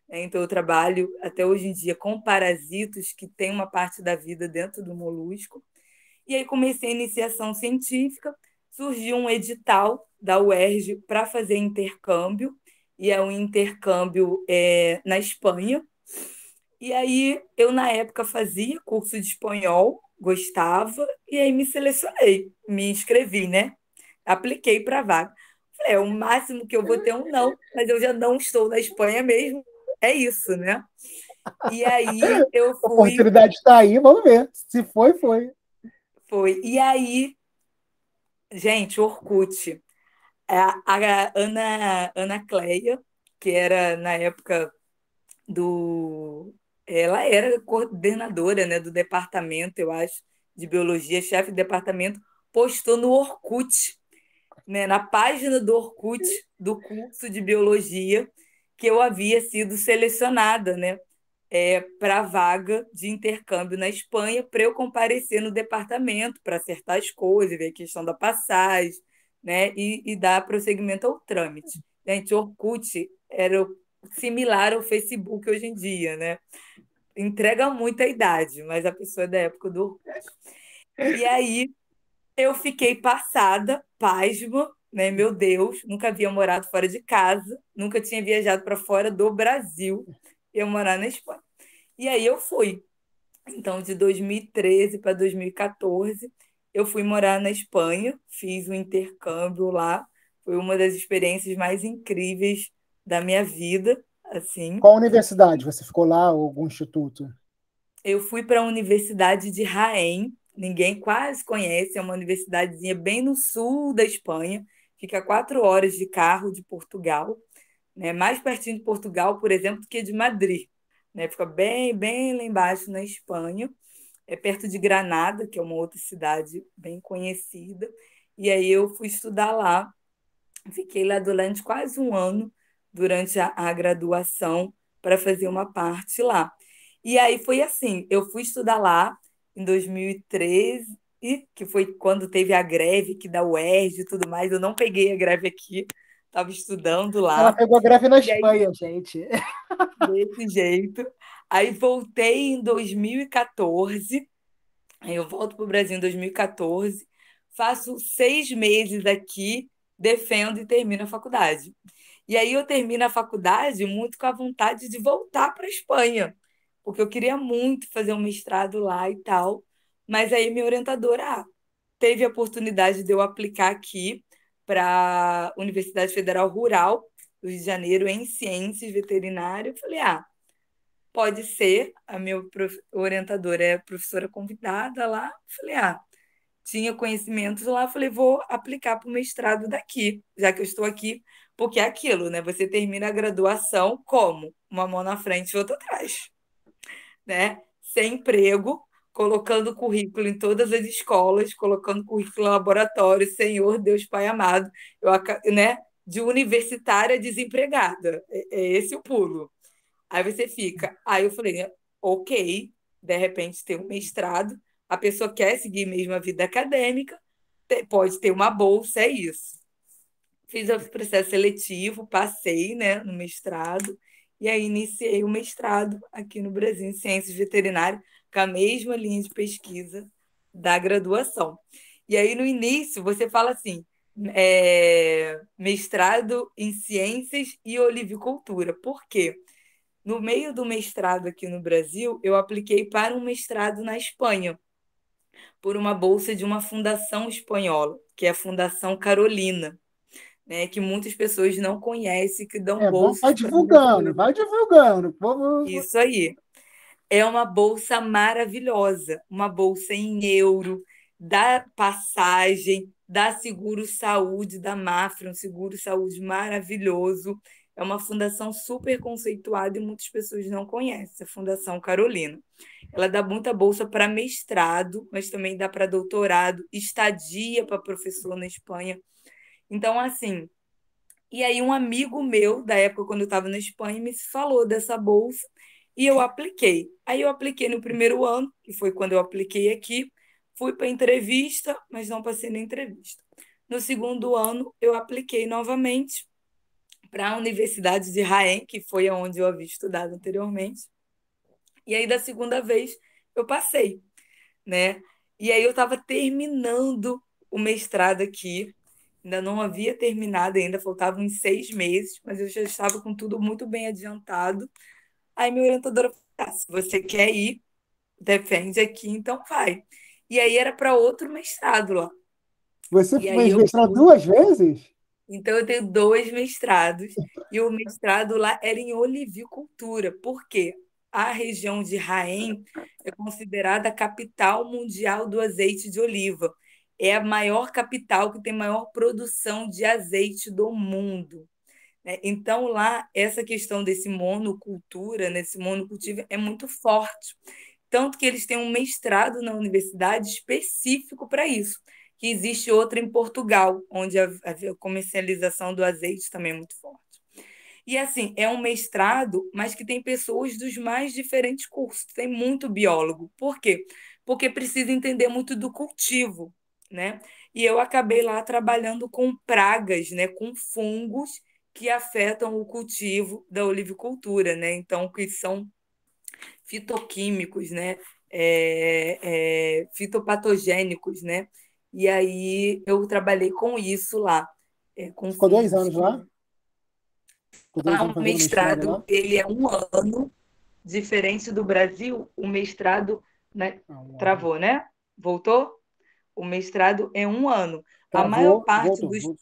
B: né? Então, eu trabalho até hoje em dia com parasitos que têm uma parte da vida dentro do molusco. E aí comecei a iniciação científica, surgiu um edital da U E R J para fazer intercâmbio, e é um intercâmbio é, na Espanha. E aí eu, na época, fazia curso de espanhol, gostava, e aí me selecionei, me inscrevi, né? Apliquei para a vaga. Falei, é o máximo que eu vou ter um não, mas eu já não estou na Espanha mesmo, é isso, né? E aí eu
A: A
B: fui,
A: oportunidade está aí, vamos ver. Se foi, foi.
B: foi. E aí, gente, Orkut. A, a Ana, Ana Cleia, que era na época do. Ela era coordenadora, né, do departamento, eu acho, de biologia, chefe de departamento, postou no Orkut, né, na página do Orkut do curso de biologia, que eu havia sido selecionada, né, é, para a vaga de intercâmbio na Espanha, para eu comparecer no departamento, para acertar as coisas, ver a questão da passagem, né, e, e dar prosseguimento ao trâmite. Gente, o Orkut era similar ao Facebook hoje em dia, né? Entrega muita idade, mas a pessoa é da época do Orkut. E aí eu fiquei passada, pasma, né? Meu Deus, nunca havia morado fora de casa, nunca tinha viajado para fora do Brasil, ia morar na Espanha. E aí eu fui. Então, de dois mil e treze para dois mil e quatorze, eu fui morar na Espanha, fiz um intercâmbio lá. Foi uma das experiências mais incríveis da minha vida, assim.
A: Qual universidade? Você ficou lá ou algum instituto?
B: Eu fui para a Universidade de Jaén, ninguém quase conhece, é uma universidadezinha bem no sul da Espanha, fica a quatro horas de carro de Portugal, né? Mais pertinho de Portugal, por exemplo, do que de Madrid, né? Fica bem, bem lá embaixo na Espanha, é perto de Granada, que é uma outra cidade bem conhecida, e aí eu fui estudar lá, fiquei lá durante quase um ano, durante a, a graduação, para fazer uma parte lá. E aí foi assim, eu fui estudar lá em dois mil e treze, que foi quando teve a greve aqui da U E R J e tudo mais. Eu não peguei a greve aqui, estava estudando
A: Ela
B: lá.
A: pegou a greve na
B: E aí,
A: Espanha, gente.
B: desse jeito. Aí voltei em dois mil e quatorze. Aí eu volto para o Brasil em dois mil e quatorze, faço seis meses aqui, defendo e termino a faculdade. E aí eu termino a faculdade muito com a vontade de voltar para a Espanha, porque eu queria muito fazer um mestrado lá e tal. Mas aí minha orientadora ah, teve a oportunidade de eu aplicar aqui para a Universidade Federal Rural do Rio de Janeiro em Ciências Veterinárias. Eu falei, ah, pode ser, a minha prof... orientadora é professora convidada lá. Falei, ah, tinha conhecimentos lá, falei, vou aplicar para o mestrado daqui, já que eu estou aqui, porque é aquilo, né? Você termina a graduação como? Uma mão na frente e outra atrás, né? Sem emprego, colocando currículo em todas as escolas, colocando currículo em laboratório, Senhor Deus Pai amado, eu, né? De universitária desempregada. É, é esse o pulo. Aí você fica. Aí eu falei, ok, de repente tem um mestrado, a pessoa quer seguir mesmo a vida acadêmica, pode ter uma bolsa, é isso. Fiz o processo seletivo, passei, né, no mestrado, e aí iniciei o mestrado aqui no Brasil em Ciências Veterinárias, com a mesma linha de pesquisa da graduação. E aí, no início, você fala assim, é, mestrado em Ciências e Olivicultura. Por quê? No meio do mestrado aqui no Brasil, eu apliquei para um mestrado na Espanha, por uma bolsa de uma fundação espanhola, que é a Fundação Carolina, né, que muitas pessoas não conhecem, que dão
A: É, vamos, vai
B: bolsas para
A: divulgando, vai divulgando. Vamos...
B: isso aí. É uma bolsa maravilhosa, uma bolsa em euro, da passagem, da Seguro Saúde, da Mafra, um seguro saúde maravilhoso. É uma fundação super conceituada e muitas pessoas não conhecem, a Fundação Carolina. Ela dá muita bolsa para mestrado, mas também dá para doutorado, estadia para professor na Espanha. Então, assim, e aí um amigo meu, da época quando eu estava na Espanha, me falou dessa bolsa e eu apliquei. Aí eu apliquei no primeiro ano, que foi quando eu apliquei aqui, fui para a entrevista, mas não passei na entrevista. No segundo ano, eu apliquei novamente para a Universidade de Jaén, que foi onde eu havia estudado anteriormente. E aí, da segunda vez, eu passei, né? E aí eu estava terminando o mestrado aqui, ainda não havia terminado ainda, faltavam uns seis meses, mas eu já estava com tudo muito bem adiantado. Aí minha orientadora falou, ah, se você quer ir, defende aqui, então vai. E aí era para outro mestrado lá.
A: Você
B: E aí
A: fez
B: eu
A: mestrado
B: fui.
A: duas vezes?
B: Então eu tenho dois mestrados, e o mestrado lá era em olivicultura. Por quê? A região de Jaén é considerada a capital mundial do azeite de oliva. É a maior capital que tem maior produção de azeite do mundo, né? Então, lá, essa questão desse monocultura, nesse monocultivo, é muito forte. Tanto que eles têm um mestrado na universidade específico para isso, que existe outra em Portugal, onde a, a comercialização do azeite também é muito forte. E assim, é um mestrado, mas que tem pessoas dos mais diferentes cursos. Tem muito biólogo. Por quê? Porque precisa entender muito do cultivo, né? E eu acabei lá trabalhando com pragas, né? Com fungos que afetam o cultivo da olivicultura, né? Então, que são fitoquímicos, né? É, é, fitopatogênicos, né? E aí eu trabalhei com isso lá, é, com
A: Ficou dois
B: fungos
A: anos
B: que
A: lá? Ficou dois
B: lá
A: anos
B: o
A: fazendo mestrado
B: mestrado
A: lá?
B: ele é um ano, diferente do Brasil, o mestrado, né?
A: Ah, um ano.
B: Travou, né? Voltou? O mestrado é um ano. A maior
A: Travou,
B: parte
A: voltou.
B: dos
A: voltou.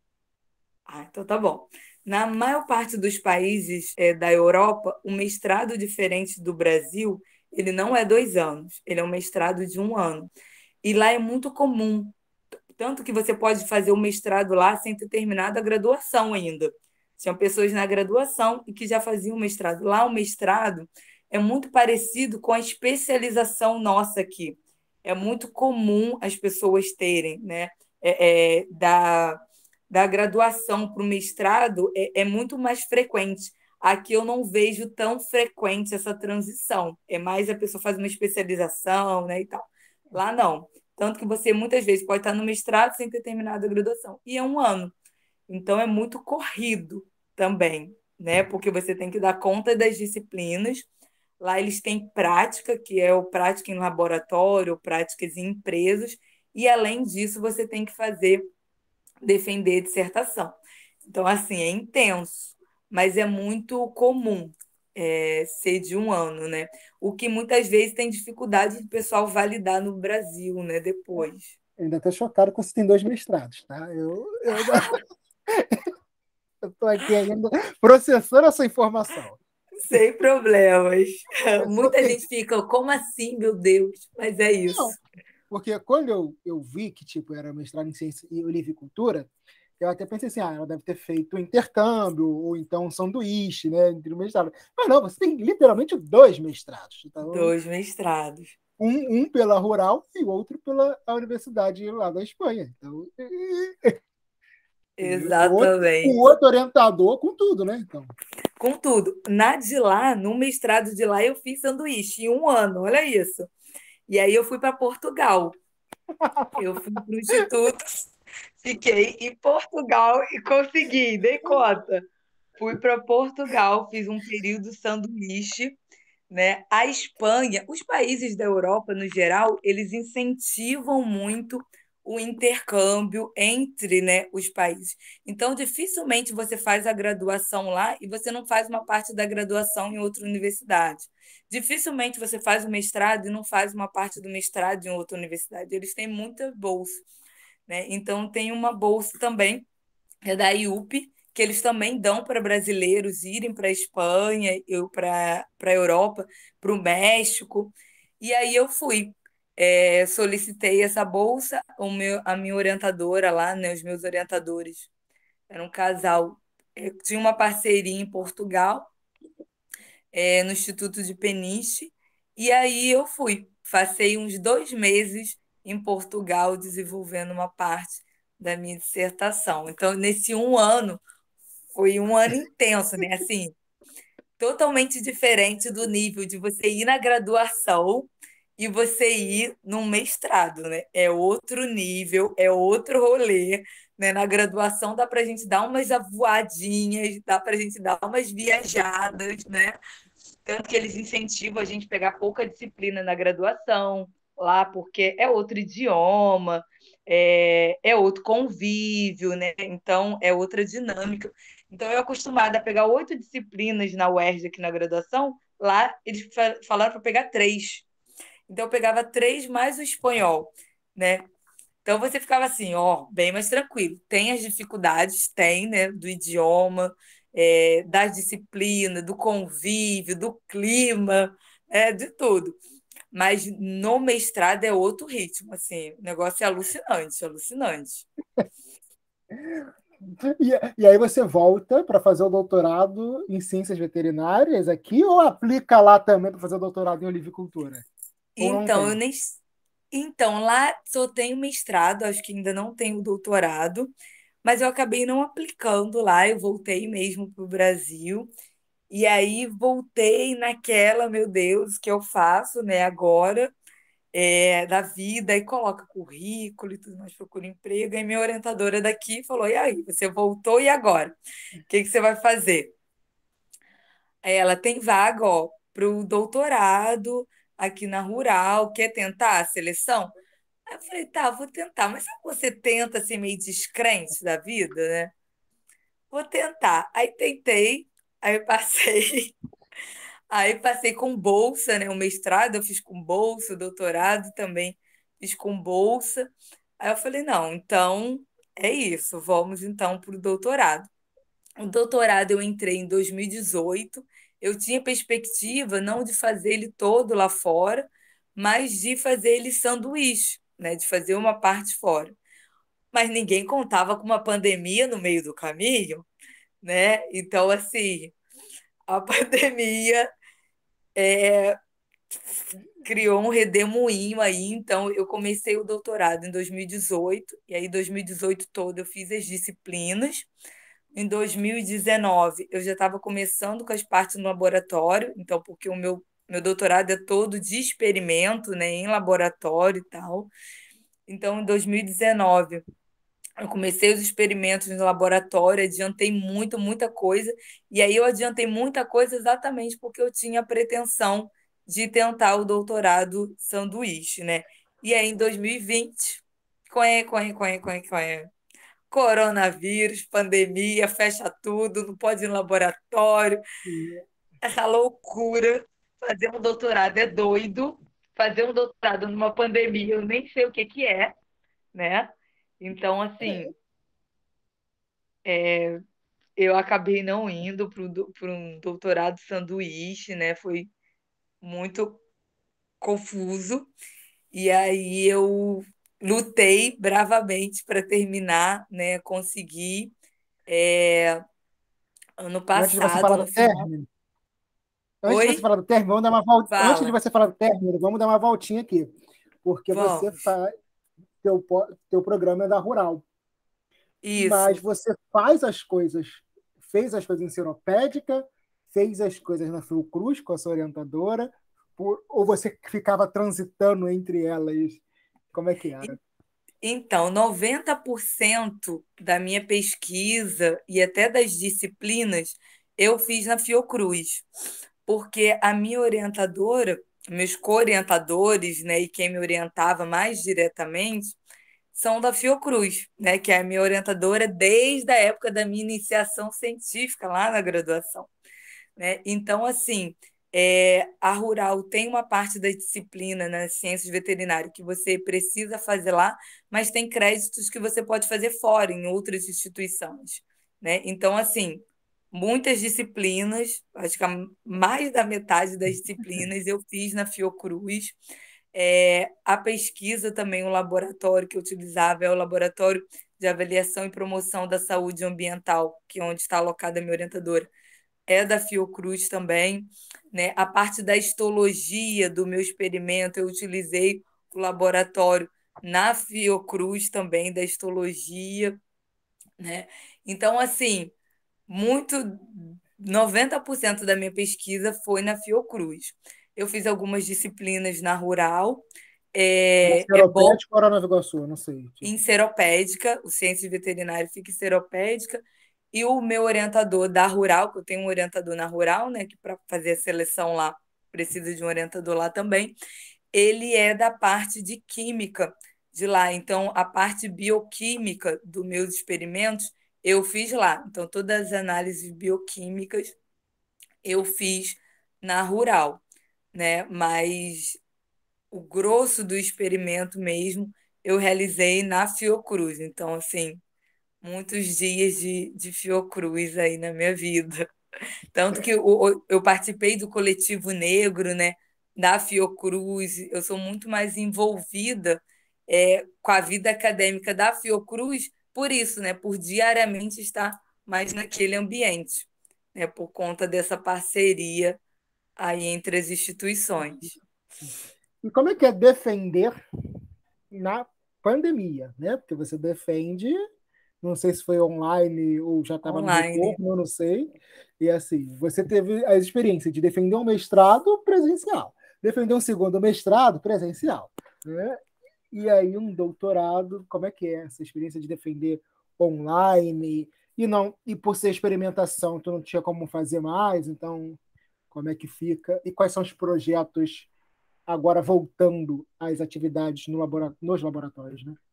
B: Ah, então tá bom. Na maior parte dos países é, da Europa, o mestrado, diferente do Brasil, ele não é dois anos, ele é um mestrado de um ano. E lá é muito comum, tanto que você pode fazer o mestrado lá sem ter terminado a graduação ainda. Tinham pessoas na graduação e que já faziam mestrado. Lá, o mestrado é muito parecido com a especialização nossa aqui. É muito comum as pessoas terem, né? É, é, da, da graduação para o mestrado é, é muito mais frequente. Aqui eu não vejo tão frequente essa transição. É mais a pessoa faz uma especialização, né, e tal. Lá não. Tanto que você muitas vezes pode estar no mestrado sem ter terminado a graduação. E é um ano. Então é muito corrido também, né? Porque você tem que dar conta das disciplinas. Lá eles têm prática, que é o prática em laboratório, práticas em empresas, e além disso você tem que fazer defender dissertação. Então, assim, é intenso, mas é muito comum é, ser de um ano, né? O que muitas vezes tem dificuldade de o pessoal validar no Brasil, né? Depois.
A: Ainda estou chocado que você tem dois mestrados, tá? Eu, eu ainda estou aqui ainda processando essa informação.
B: Sem problemas. Muita
A: Porque,
B: gente fica, como assim, meu Deus? Mas é
A: não,
B: isso.
A: porque quando eu, eu vi que tipo, era mestrado em ciência e olivicultura, eu até pensei assim, ah, ela deve ter feito um intercâmbio, ou então um sanduíche, né, entre o mestrado. Mas não, você tem literalmente dois mestrados. Então,
B: Dois mestrados.
A: um, um pela Rural e o outro pela a Universidade lá da Espanha. Então, e o outro, o
B: Exatamente.
A: outro orientador com tudo, né? Então,
B: Contudo, na de lá, no mestrado de lá, eu fiz sanduíche em um ano, olha isso. E aí eu fui para Portugal. Eu fui para o Instituto, fiquei em Portugal e consegui, dei conta. Fui para Portugal, fiz um período sanduíche, né? A Espanha, os países da Europa, no geral, eles incentivam muito o intercâmbio entre, né, os países. Então, dificilmente você faz a graduação lá e você não faz uma parte da graduação em outra universidade. Dificilmente você faz o mestrado e não faz uma parte do mestrado em outra universidade. Eles têm muita bolsa, né? Então, tem uma bolsa também, é da I U P, que eles também dão para brasileiros irem para a Espanha, eu para a Europa, para o México. E aí eu fui. É, solicitei essa bolsa, o meu, a minha orientadora lá, né, os meus orientadores, era um casal, é, tinha uma parceria em Portugal, é, no Instituto de Peniche, e aí eu fui. Passei uns dois meses em Portugal desenvolvendo uma parte da minha dissertação. Então, nesse um ano, foi um ano intenso, né? Assim, totalmente diferente do nível de você ir na graduação e você ir num mestrado, né? É outro nível, é outro rolê, né? Na graduação dá para a gente dar umas avoadinhas, dá para a gente dar umas viajadas, né? Tanto que eles incentivam a gente a pegar pouca disciplina na graduação lá, porque é outro idioma, é, é outro convívio, né? Então é outra dinâmica. Então eu acostumada a pegar oito disciplinas na U E R J aqui na graduação, lá eles falaram para pegar três. Então eu pegava três mais o espanhol, né? Então você ficava assim, ó, bem mais tranquilo. Tem as dificuldades, tem, né, do idioma, é, da disciplina, do convívio, do clima, é, de tudo. Mas no mestrado é outro ritmo, assim, o negócio é alucinante, alucinante.
A: E, e aí você volta para fazer o doutorado em ciências veterinárias aqui ou aplica lá também para fazer o doutorado em olivicultura? Ou não
B: Então, eu
A: tem?
B: nem. Então, lá só tenho mestrado, acho que ainda não tenho doutorado, mas eu acabei não aplicando lá, eu voltei mesmo para o Brasil. E aí voltei naquela, meu Deus, que eu faço, né, agora, é, da vida, e coloca currículo e tudo mais, procura emprego. E minha orientadora daqui falou: e aí, você voltou e agora? O que que você vai fazer? Aí ela tem vaga, ó, para o doutorado aqui na Rural, quer tentar a seleção? Aí eu falei, tá, vou tentar. Mas sabe quando você tenta assim, meio descrente da vida, né? Vou tentar. Aí tentei, aí eu passei. Aí passei com bolsa, né? O mestrado eu fiz com bolsa, o doutorado também fiz com bolsa. Aí eu falei, não, então é isso, vamos então para o doutorado. O doutorado eu entrei em dois mil e dezoito. Eu tinha perspectiva não de fazer ele todo lá fora, mas de fazer ele sanduíche, né? De fazer uma parte fora. Mas ninguém contava com uma pandemia no meio do caminho, né? Então, assim, a pandemia criou um redemoinho aí, então eu comecei o doutorado em dois mil e dezoito, e aí dois mil e dezoito todo eu fiz as disciplinas. Em dois mil e dezenove eu já estava começando com as partes no laboratório, então porque o meu meu doutorado é todo de experimento, né, em laboratório e tal. Então, em dois mil e dezenove eu comecei os experimentos no laboratório, adiantei muito, muita coisa. E aí eu adiantei muita coisa exatamente porque eu tinha a pretensão de tentar o doutorado sanduíche, né? E aí em dois mil e vinte, conhe, conhe, conhe, conhe, conhe, coronavírus, pandemia, fecha tudo, não pode ir no laboratório, essa loucura. Fazer um doutorado é doido. Fazer um doutorado numa pandemia, eu nem sei o que que é, né? Então, assim, eu acabei não indo para um doutorado sanduíche, né? Foi muito confuso. E aí eu lutei bravamente para terminar, né? Consegui. É, ano
A: Antes de você
B: passado,
A: falar
B: no
A: do
B: final.
A: término, antes de você
B: Oi?
A: falar do término, vamos dar uma vol... antes de
B: Fala.
A: você falar do término, vamos dar uma voltinha aqui, porque você
B: Vamos.
A: faz teu, po- teu programa é da Rural, mas
B: Isso.
A: você faz as coisas, fez as coisas em Seropédica, fez as coisas na Fiocruz com a sua orientadora, por... ou você ficava transitando entre elas? Como é que era?
B: Então, noventa por cento da minha pesquisa e até das disciplinas eu fiz na Fiocruz, porque a minha orientadora, meus co-orientadores, né, e quem me orientava mais diretamente, são da Fiocruz, né, que é a minha orientadora desde a época da minha iniciação científica lá na graduação, né? Então, assim, é, a Rural tem uma parte da disciplina na ciências veterinárias que você precisa fazer lá, mas tem créditos que você pode fazer fora, em outras instituições, né? Então, assim, muitas disciplinas, acho que a mais da metade das disciplinas eu fiz na Fiocruz. É, a pesquisa também, o laboratório que eu utilizava é o Laboratório de Avaliação e Promoção da Saúde Ambiental, que é onde está alocada a minha orientadora, é da Fiocruz também, né? A parte da histologia do meu experimento, eu utilizei o laboratório na Fiocruz também, da histologia, né? Então, assim, muito, noventa por cento da minha pesquisa foi na Fiocruz. Eu fiz algumas disciplinas na Rural,
A: Era
B: É, é bom
A: Seropédica ou era Nova Iguaçu? Eu não sei.
B: em
A: Tipo.
B: Seropédica, o Ciência Veterinária fica em Seropédica, e o meu orientador da Rural, que eu tenho um orientador na Rural, né, que para fazer a seleção lá precisa de um orientador lá também, ele é da parte de química de lá. Então, a parte bioquímica dos meus experimentos eu fiz lá. Então, todas as análises bioquímicas eu fiz na Rural, né? Mas o grosso do experimento mesmo eu realizei na Fiocruz. Então, assim, muitos dias de, de Fiocruz aí na minha vida. Tanto que eu, eu participei do coletivo negro, né, da Fiocruz, eu sou muito mais envolvida é, com a vida acadêmica da Fiocruz, por isso, né, por diariamente estar mais naquele ambiente, né, por conta dessa parceria aí entre as instituições.
A: E como é que é defender na pandemia, né? Porque você defende, não sei se foi online ou já estava no
B: Online.
A: retorno, eu não sei. E assim, você teve a experiência de defender um mestrado presencial, defender um segundo mestrado presencial, né? E aí um doutorado, como é que é essa experiência de defender online? E não, e por ser experimentação, tu não tinha como fazer mais, então como é que fica? E quais são os projetos agora voltando às atividades no labora- nos laboratórios, né?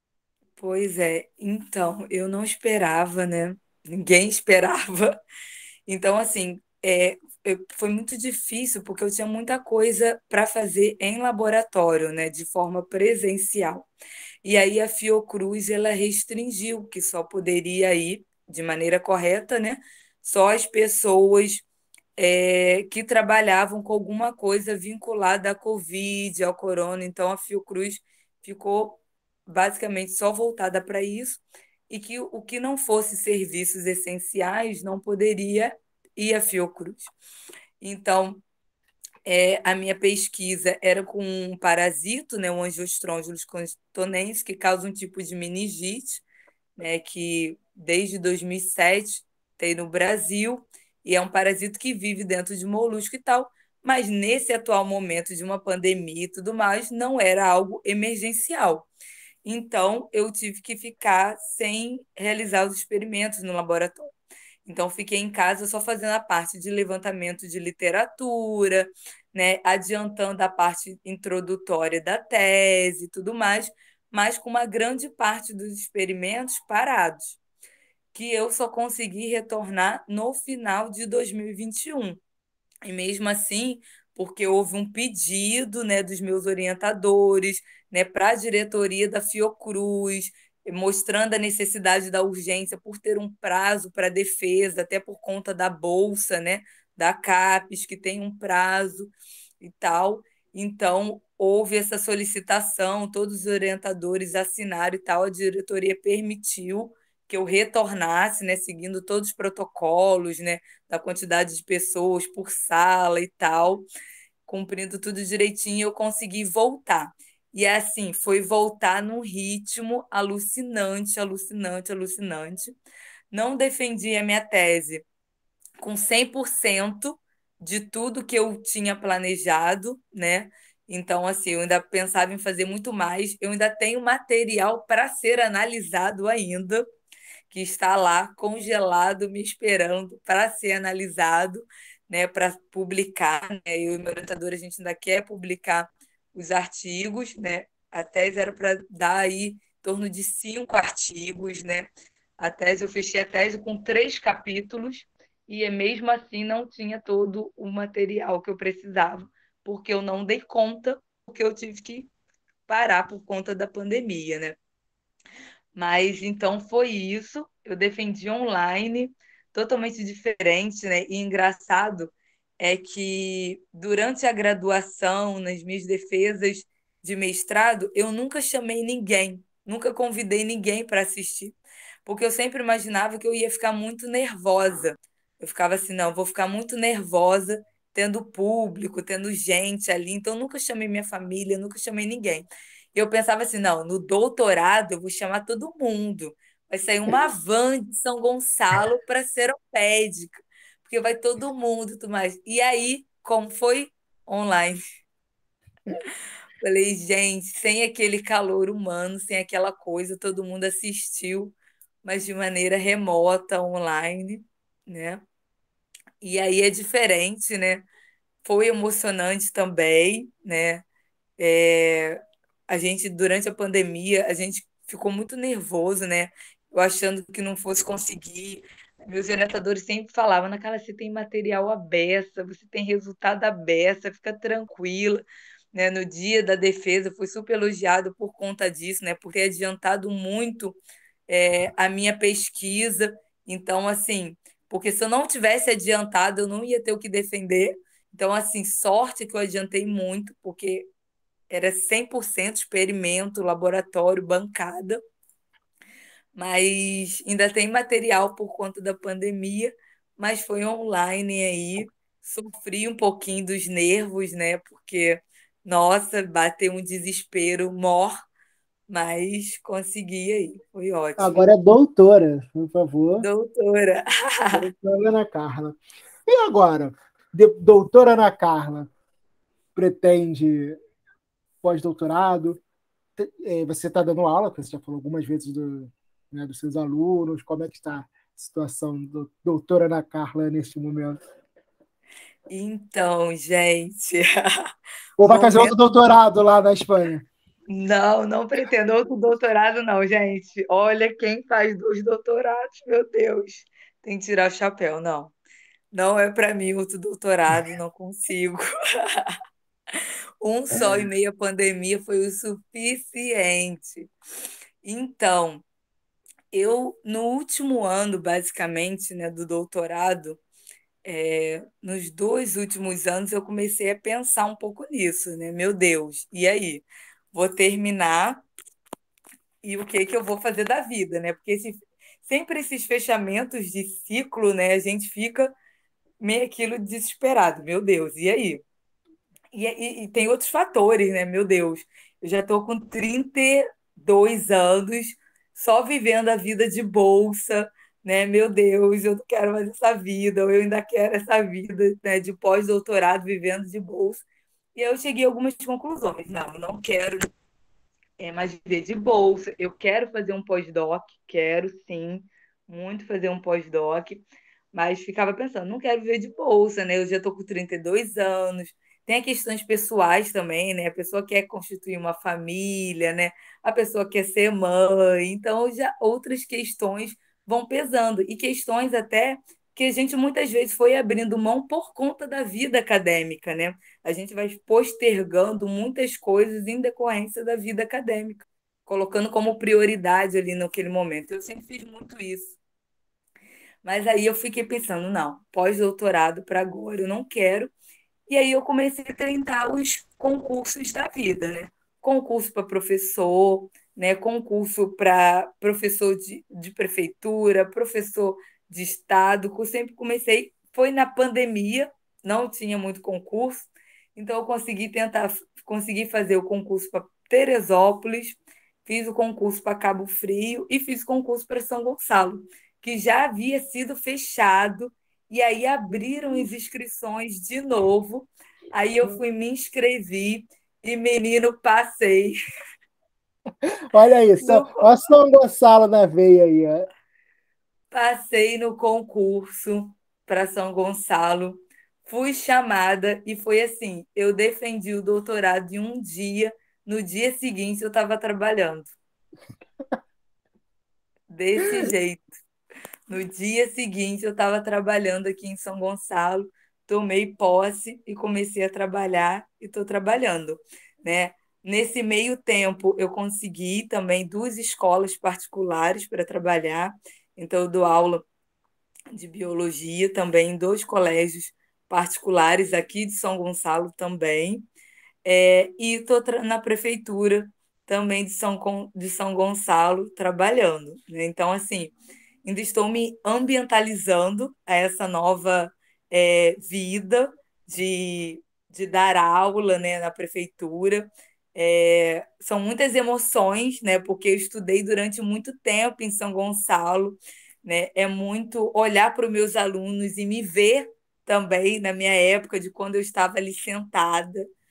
B: Pois é, então, eu não esperava, né? Ninguém esperava. Então, assim, é, eu- foi muito difícil porque eu tinha muita coisa para fazer em laboratório, né, de forma presencial. E aí a Fiocruz ela restringiu que só poderia ir de maneira correta, né, só as pessoas é, que trabalhavam com alguma coisa vinculada à Covid, ao corona. Então a Fiocruz ficou basicamente só voltada para isso e que o que não fosse serviços essenciais não poderia ir à Fiocruz. Então, é, a minha pesquisa era com um parasito, né, o Angiostróngilos contonense, que causa um tipo de meningite, né, que desde dois mil e sete tem no Brasil, e é um parasito que vive dentro de molusco e tal, mas nesse atual momento de uma pandemia e tudo mais, não era algo emergencial. Então, eu tive que ficar sem realizar os experimentos no laboratório. Então, fiquei em casa só fazendo a parte de levantamento de literatura, né, adiantando a parte introdutória da tese e tudo mais, mas com uma grande parte dos experimentos parados, que eu só consegui retornar no final de dois mil e vinte e um. E mesmo assim, porque houve um pedido, né, dos meus orientadores, né, para a diretoria da Fiocruz, mostrando a necessidade da urgência por ter um prazo para defesa, até por conta da bolsa, né, da CAPES, que tem um prazo e tal. Então, houve essa solicitação, todos os orientadores assinaram e tal, a diretoria permitiu que eu retornasse, né, seguindo todos os protocolos, né, da quantidade de pessoas por sala e tal, cumprindo tudo direitinho, eu consegui voltar. E é assim, foi voltar num ritmo alucinante, alucinante, alucinante. Não defendi a minha tese com cem por cento de tudo que eu tinha planejado, né? Então, assim, eu ainda pensava em fazer muito mais. Eu ainda tenho material para ser analisado ainda, que está lá congelado, me esperando para ser analisado, né, para publicar. Né? Eu e meu orientador, a gente ainda quer publicar os artigos, né? A tese era para dar aí em torno de cinco artigos, né? A tese, eu fechei a tese com três capítulos e mesmo assim não tinha todo o material que eu precisava, porque eu não dei conta, porque eu tive que parar por conta da pandemia, né? Mas então foi isso. Eu defendi online, totalmente diferente, né? E engraçado é que durante a graduação, nas minhas defesas de mestrado, eu nunca chamei ninguém, nunca convidei ninguém para assistir, porque eu sempre imaginava que eu ia ficar muito nervosa. Eu ficava assim, não, vou ficar muito nervosa tendo público, tendo gente ali, então eu nunca chamei minha família, nunca chamei ninguém. Eu pensava assim, não, no doutorado eu vou chamar todo mundo. Vai sair uma van de São Gonçalo para Seropédica, porque vai todo mundo e tudo mais. E aí, como foi? Online. Falei, gente, sem aquele calor humano, sem aquela coisa, todo mundo assistiu, mas de maneira remota, online, né? E aí é diferente, né? Foi emocionante também, né? É, a gente, durante a pandemia, a gente ficou muito nervoso, né? Eu achando que não fosse conseguir. Meus orientadores sempre falavam, Naquela, você tem material à beça, você tem resultado à beça, fica tranquila. Né? No dia da defesa, fui super elogiado por conta disso, né? Por ter adiantado muito é, a minha pesquisa. Então, assim, porque se eu não tivesse adiantado, eu não ia ter o que defender. Então, assim, sorte que eu adiantei muito, porque era cem por cento experimento, laboratório, bancada, mas ainda tem material por conta da pandemia, mas foi online aí. Sofri um pouquinho dos nervos, né? Porque, nossa, bateu um desespero mor, mas consegui aí, foi ótimo.
A: Agora é doutora, por favor.
B: Doutora,
A: Doutora Ana Carla. E agora? De- doutora Ana Carla pretende pós-doutorado? Te- eh, Você está dando aula, porque você já falou algumas vezes do, né, dos seus alunos. Como é que está a situação do doutora Ana Carla neste momento?
B: então, gente,
A: Ou vai fazer outro
B: momento.
A: doutorado lá na Espanha?
B: Não, não pretendo outro doutorado, não, gente. Olha quem faz dois doutorados, meu Deus. Tem que tirar o chapéu, não. Não é para mim outro doutorado, não consigo. Um só e meia pandemia foi o suficiente. Então, eu, no último ano, basicamente, né, do doutorado, é, nos dois últimos anos, eu comecei a pensar um pouco nisso, né? Meu Deus, e aí? Vou terminar e o que que eu vou fazer da vida, né? Porque esse, sempre esses fechamentos de ciclo, né? A gente fica meio aquilo desesperado. Meu Deus, e aí? E, e, e tem outros fatores, né? Meu Deus, eu já estou com trinta e dois anos, só vivendo a vida de bolsa, né? Meu Deus, eu não quero mais essa vida, ou eu ainda quero essa vida, né, de pós-doutorado vivendo de bolsa. E aí eu cheguei a algumas conclusões. Não, eu não quero é, mais viver de bolsa. Eu quero fazer um pós-doc, quero sim, muito fazer um pós-doc, mas ficava pensando, não quero viver de bolsa, né? Eu já estou com trinta e dois anos. Tem questões pessoais também, né? A pessoa quer constituir uma família, né? A pessoa quer ser mãe. Então, já outras questões vão pesando. E questões até que a gente muitas vezes foi abrindo mão por conta da vida acadêmica, né? A gente vai postergando muitas coisas em decorrência da vida acadêmica, colocando como prioridade ali naquele momento. Eu sempre fiz muito isso. Mas aí eu fiquei pensando, não, pós-doutorado para agora eu não quero. E aí eu comecei a tentar os concursos da vida, né? Concurso para professor, né? Concurso para professor de, de prefeitura, professor de estado. Eu sempre comecei, foi na pandemia, não tinha muito concurso, então eu consegui tentar, consegui fazer o concurso para Teresópolis, fiz o concurso para Cabo Frio e fiz o concurso para São Gonçalo, que já havia sido fechado e aí abriram as inscrições de novo. Aí eu fui me inscrevi e, menino, passei.
A: Olha isso,
B: No,
A: olha São Gonçalo na veia aí. Ó.
B: passei no concurso para São Gonçalo. Fui chamada e foi assim: eu defendi o doutorado em um dia, no dia seguinte eu estava trabalhando. Desse jeito. No dia seguinte, eu estava trabalhando aqui em São Gonçalo, tomei posse e comecei a trabalhar e estou trabalhando, né? Nesse meio tempo, eu consegui também duas escolas particulares para trabalhar, então eu dou aula de biologia também em dois colégios particulares aqui de São Gonçalo também, é, e estou na prefeitura também de São, de São Gonçalo trabalhando, né? Então, assim, ainda estou me ambientalizando a essa nova é, vida de, de dar aula, né, na prefeitura. É, são muitas emoções, né, porque eu estudei durante muito tempo em São Gonçalo, né, é muito olhar para os meus alunos e me ver também na minha época de quando eu estava ali sentada,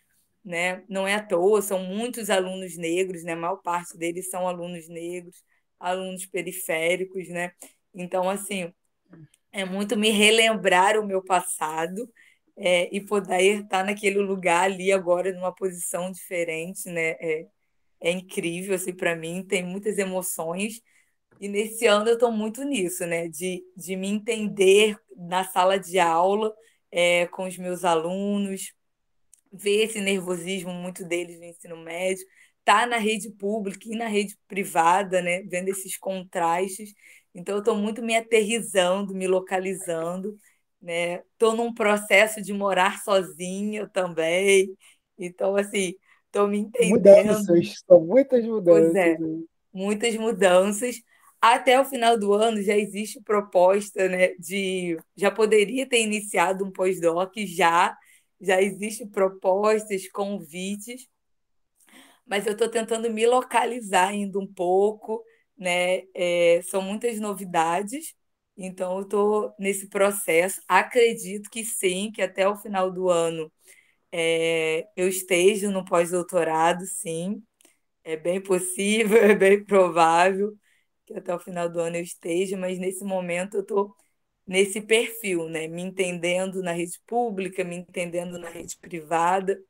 B: né? Não é à toa, são muitos alunos negros, né? A maior parte deles são alunos negros, alunos periféricos, né? Então, assim, é muito me relembrar o meu passado, é, e poder estar naquele lugar ali agora, numa posição diferente, né? É, é incrível, assim, para mim, tem muitas emoções. E nesse ano eu estou muito nisso, né? De, de me entender na sala de aula, é, com os meus alunos, ver esse nervosismo, muito deles no ensino médio, tá na rede pública e na rede privada, né? Vendo esses contrastes. Então, eu estou muito me aterrissando, me localizando, né? Estou num processo de morar sozinha também. Então, assim, estou me entendendo.
A: Mudanças, são muitas
B: Pois
A: mudanças,
B: é,
A: né?
B: muitas mudanças. Até o final do ano já existe proposta, né, de já poderia ter iniciado um pós-doc já, já existe propostas, convites, mas eu estou tentando me localizar ainda um pouco, né? É, são muitas novidades, então eu estou nesse processo. Acredito que sim, que até o final do ano é, eu esteja no pós-doutorado, sim. É bem possível, é bem provável que até o final do ano eu esteja, mas nesse momento eu estou nesse perfil, né? Me entendendo na rede pública, me entendendo na rede privada,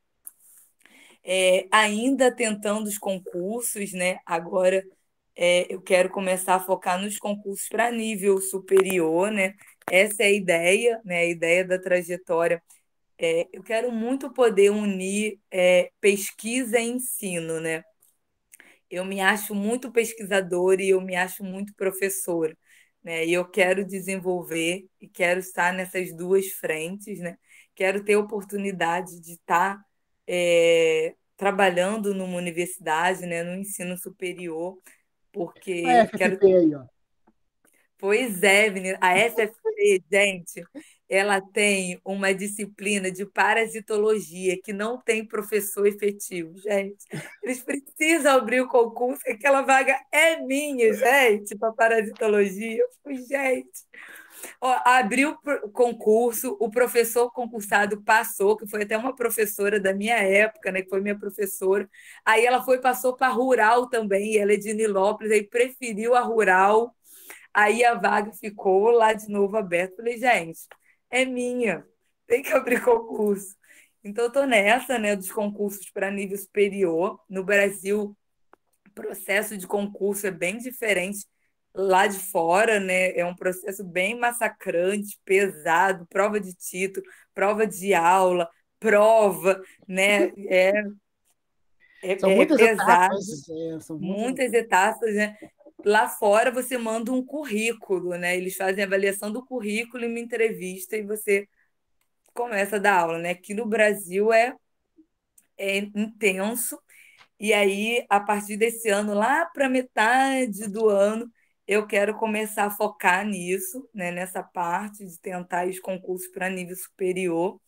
B: é, ainda tentando os concursos, né? Agora é, eu quero começar a focar nos concursos para nível superior, né? Essa é a ideia, né? A ideia da trajetória. É, eu quero muito poder unir é, pesquisa e ensino, né? Eu me acho muito pesquisadora e eu me acho muito professora, né? E eu quero desenvolver e quero estar nessas duas frentes, né? Quero ter oportunidade de estar é, trabalhando numa universidade, né? No ensino superior,
A: A
B: porque quero.
A: F F P aí, ó.
B: Pois é, menina. A F F P, gente, ela tem uma disciplina de parasitologia que não tem professor efetivo, gente. Eles precisam abrir o concurso, aquela vaga é minha, gente, para parasitologia. Eu fui, gente. Ó, abriu o concurso, o professor concursado passou, que foi até uma professora da minha época, né, que foi minha professora. Aí ela foi passou para rural também, ela é de Nilópolis, aí preferiu a rural. Aí a vaga ficou lá de novo aberta. Falei, gente, é minha, tem que abrir concurso. Então, estou nessa, né, dos concursos para nível superior. No Brasil, o processo de concurso é bem diferente lá de fora, né? É um processo bem massacrante, pesado, prova de título, prova de aula, prova, né? É,
A: São
B: é, é
A: muitas
B: pesado,
A: etapas, é, são muitas
B: muitas
A: etapas.
B: etapas, né? Lá fora você manda um currículo, né? Eles fazem a avaliação do currículo em uma entrevista e você começa a dar aula, né? Aqui no Brasil é, é intenso. E aí, a partir desse ano, lá para metade do ano, eu quero começar a focar nisso, né? Nessa parte de tentar os concursos para nível superior,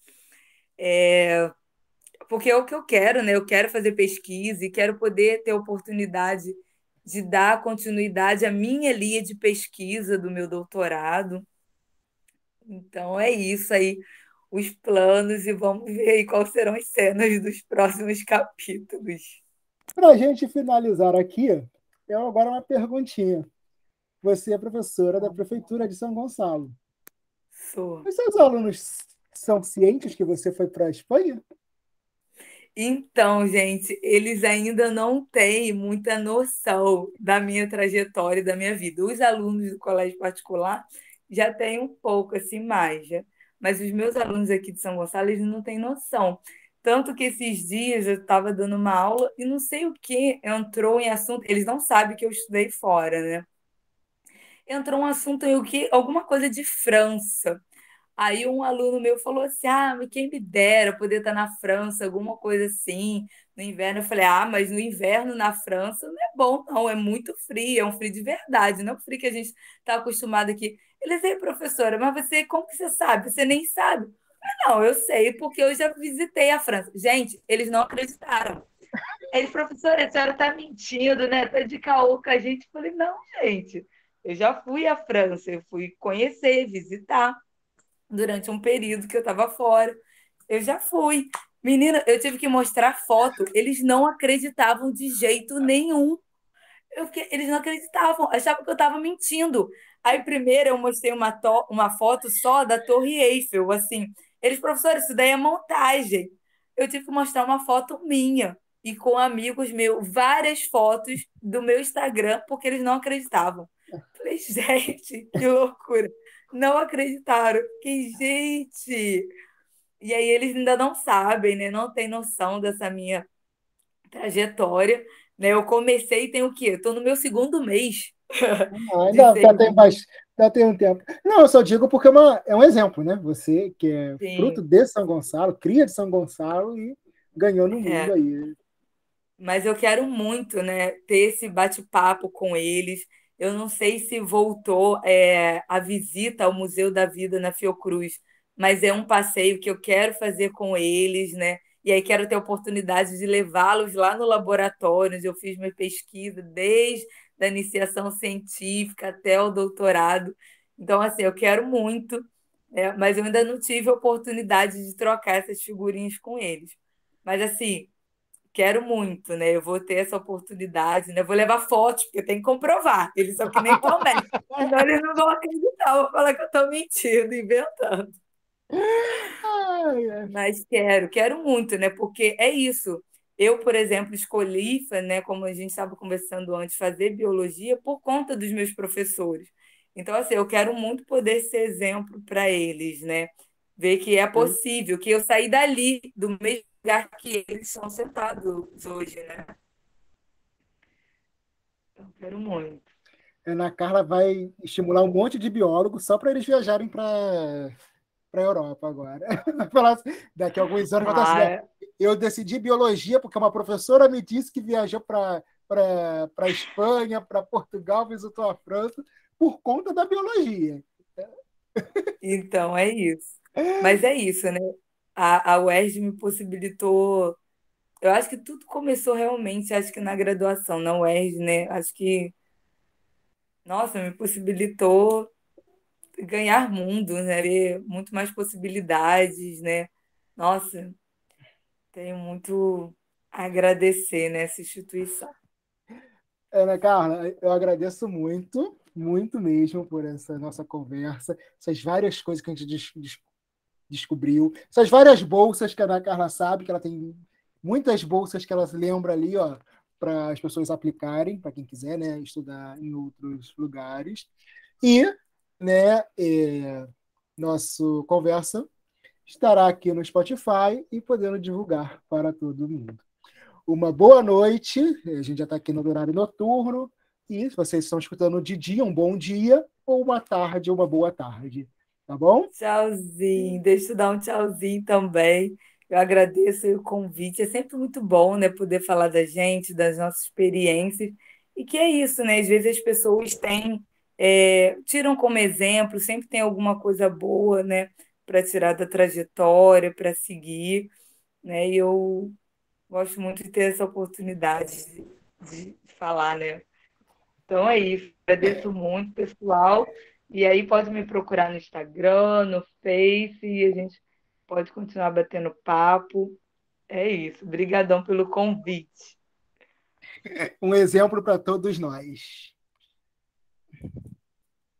B: porque é o que eu quero, né? Eu quero fazer pesquisa e quero poder ter a oportunidade de dar continuidade à minha linha de pesquisa do meu doutorado. Então é isso aí, os planos, e vamos ver aí quais serão as cenas dos próximos capítulos.
A: Para a gente finalizar aqui, eu agora uma perguntinha. Você é professora da Prefeitura de São Gonçalo.
B: Sou.
A: Os seus alunos são cientes que você foi para a Espanha?
B: Então, gente, eles ainda não têm muita noção da minha trajetória, da minha vida. Os alunos do colégio particular já têm um pouco assim mais, já. Mas os meus alunos aqui de São Gonçalo, eles não têm noção. Tanto que esses dias eu estava dando uma aula e não sei o que entrou em assunto. Eles não sabem que eu estudei fora, né? Entrou um assunto em o que, alguma coisa de França. Aí um aluno meu falou assim: Ah, mas quem me dera poder estar na França, alguma coisa assim, no inverno. Eu falei: Ah, mas no inverno na França não é bom, não, é muito frio, é um frio de verdade, não é o frio que a gente está acostumado aqui. Ele disse: Professora, mas você, como que você sabe? Você nem sabe. Eu falei, não, eu sei, porque eu já visitei a França. Gente, eles não acreditaram. Ele, professora, a senhora está mentindo, né? Está de caô com a gente. Eu falei: Não, gente, eu já fui à França, eu fui conhecer, visitar durante um período que eu estava fora. Eu já fui. Menina, eu tive que mostrar foto. Eles não acreditavam de jeito nenhum. Eu fiquei- eles não acreditavam, achavam que eu estava mentindo. Aí, primeiro, eu mostrei uma, to- uma foto só da Torre Eiffel, assim. Eles, professor, isso daí é montagem. Eu tive que mostrar uma foto minha e com amigos meus, várias fotos do meu Instagram, porque eles não acreditavam. Falei, gente, que loucura. Não acreditaram. Que gente. E aí, eles ainda não sabem, né? Não têm noção dessa minha trajetória, né? Eu comecei tem o quê? Estou no meu segundo mês
A: Não,
B: de
A: ainda, ainda tem
B: serviço.
A: mais, ainda tem um tempo. Não, eu só digo porque é, uma- é um exemplo, né? Você que é fruto
B: Sim,
A: de São Gonçalo, cria de São Gonçalo e ganhou no mundo
B: é.
A: aí.
B: Mas eu quero muito, né, ter esse bate-papo com eles. Eu não sei se voltou, é, a visita ao Museu da Vida na Fiocruz, mas é um passeio que eu quero fazer com eles, né? E aí quero ter a oportunidade de levá-los lá no laboratório, onde eu fiz minha pesquisa desde a iniciação científica até o doutorado. Então, assim, eu quero muito, né? Mas eu ainda não tive a oportunidade de trocar essas figurinhas com eles. Mas, assim, quero muito, né? Eu vou ter essa oportunidade, né? Vou levar fotos, porque tem que comprovar. Eles são que nem Tomé. Senão eles não vão acreditar. Vou falar que eu estou mentindo, inventando.
A: Ai, ai.
B: Mas quero, quero muito, né? Porque é isso. Eu, por exemplo, escolhi, né, como a gente estava conversando antes, fazer biologia por conta dos meus professores. Então, assim, eu quero muito poder ser exemplo para eles, né? Ver que é possível, que eu saí dali, do mesmo lugar que eles estão sentados hoje, né? Eu quero muito.
A: Ana Carla vai estimular um monte de biólogos só para eles viajarem para para a Europa agora. Vai falar assim, daqui a alguns anos vai estar assim, né?
B: Ah,
A: Eu decidi biologia porque uma professora me disse que viajou para para a Espanha, para Portugal, visitou a França por conta da biologia.
B: então é isso. Mas é isso, né? A, a U E R J me possibilitou. Eu acho que tudo começou realmente, acho que na graduação, na U E R J, né? Acho que, nossa, me possibilitou ganhar mundo, né? Ver muito mais possibilidades, né? Nossa, tenho muito a agradecer nessa instituição.
A: Ana Carla, eu agradeço muito, muito mesmo por essa nossa conversa, essas várias coisas que a gente des- des- descobriu, essas várias bolsas que a Ana Carla sabe, que ela tem muitas bolsas que ela se lembra ali, ó, para as pessoas aplicarem, para quem quiser, né, estudar em outros lugares. E, né, é, nosso conversa estará aqui no Spotify e podendo divulgar para todo mundo. Uma boa noite, a gente já está aqui no horário noturno, e se vocês estão escutando de dia, um bom dia, ou uma tarde, uma boa tarde, tá bom?
B: Tchauzinho, deixa eu dar um tchauzinho também. Eu agradeço o convite. É sempre muito bom, né, poder falar da gente, das nossas experiências. E que é isso, né? Às vezes as pessoas têm, é, tiram como exemplo, sempre tem alguma coisa boa, né, para tirar da trajetória, para seguir, né? E eu gosto muito de ter essa oportunidade de, de falar, né? Então é isso. Agradeço muito, pessoal. E aí pode me procurar no Instagram, no Face, e a gente pode continuar batendo papo. É isso. Obrigadão pelo convite.
A: Um exemplo para todos nós.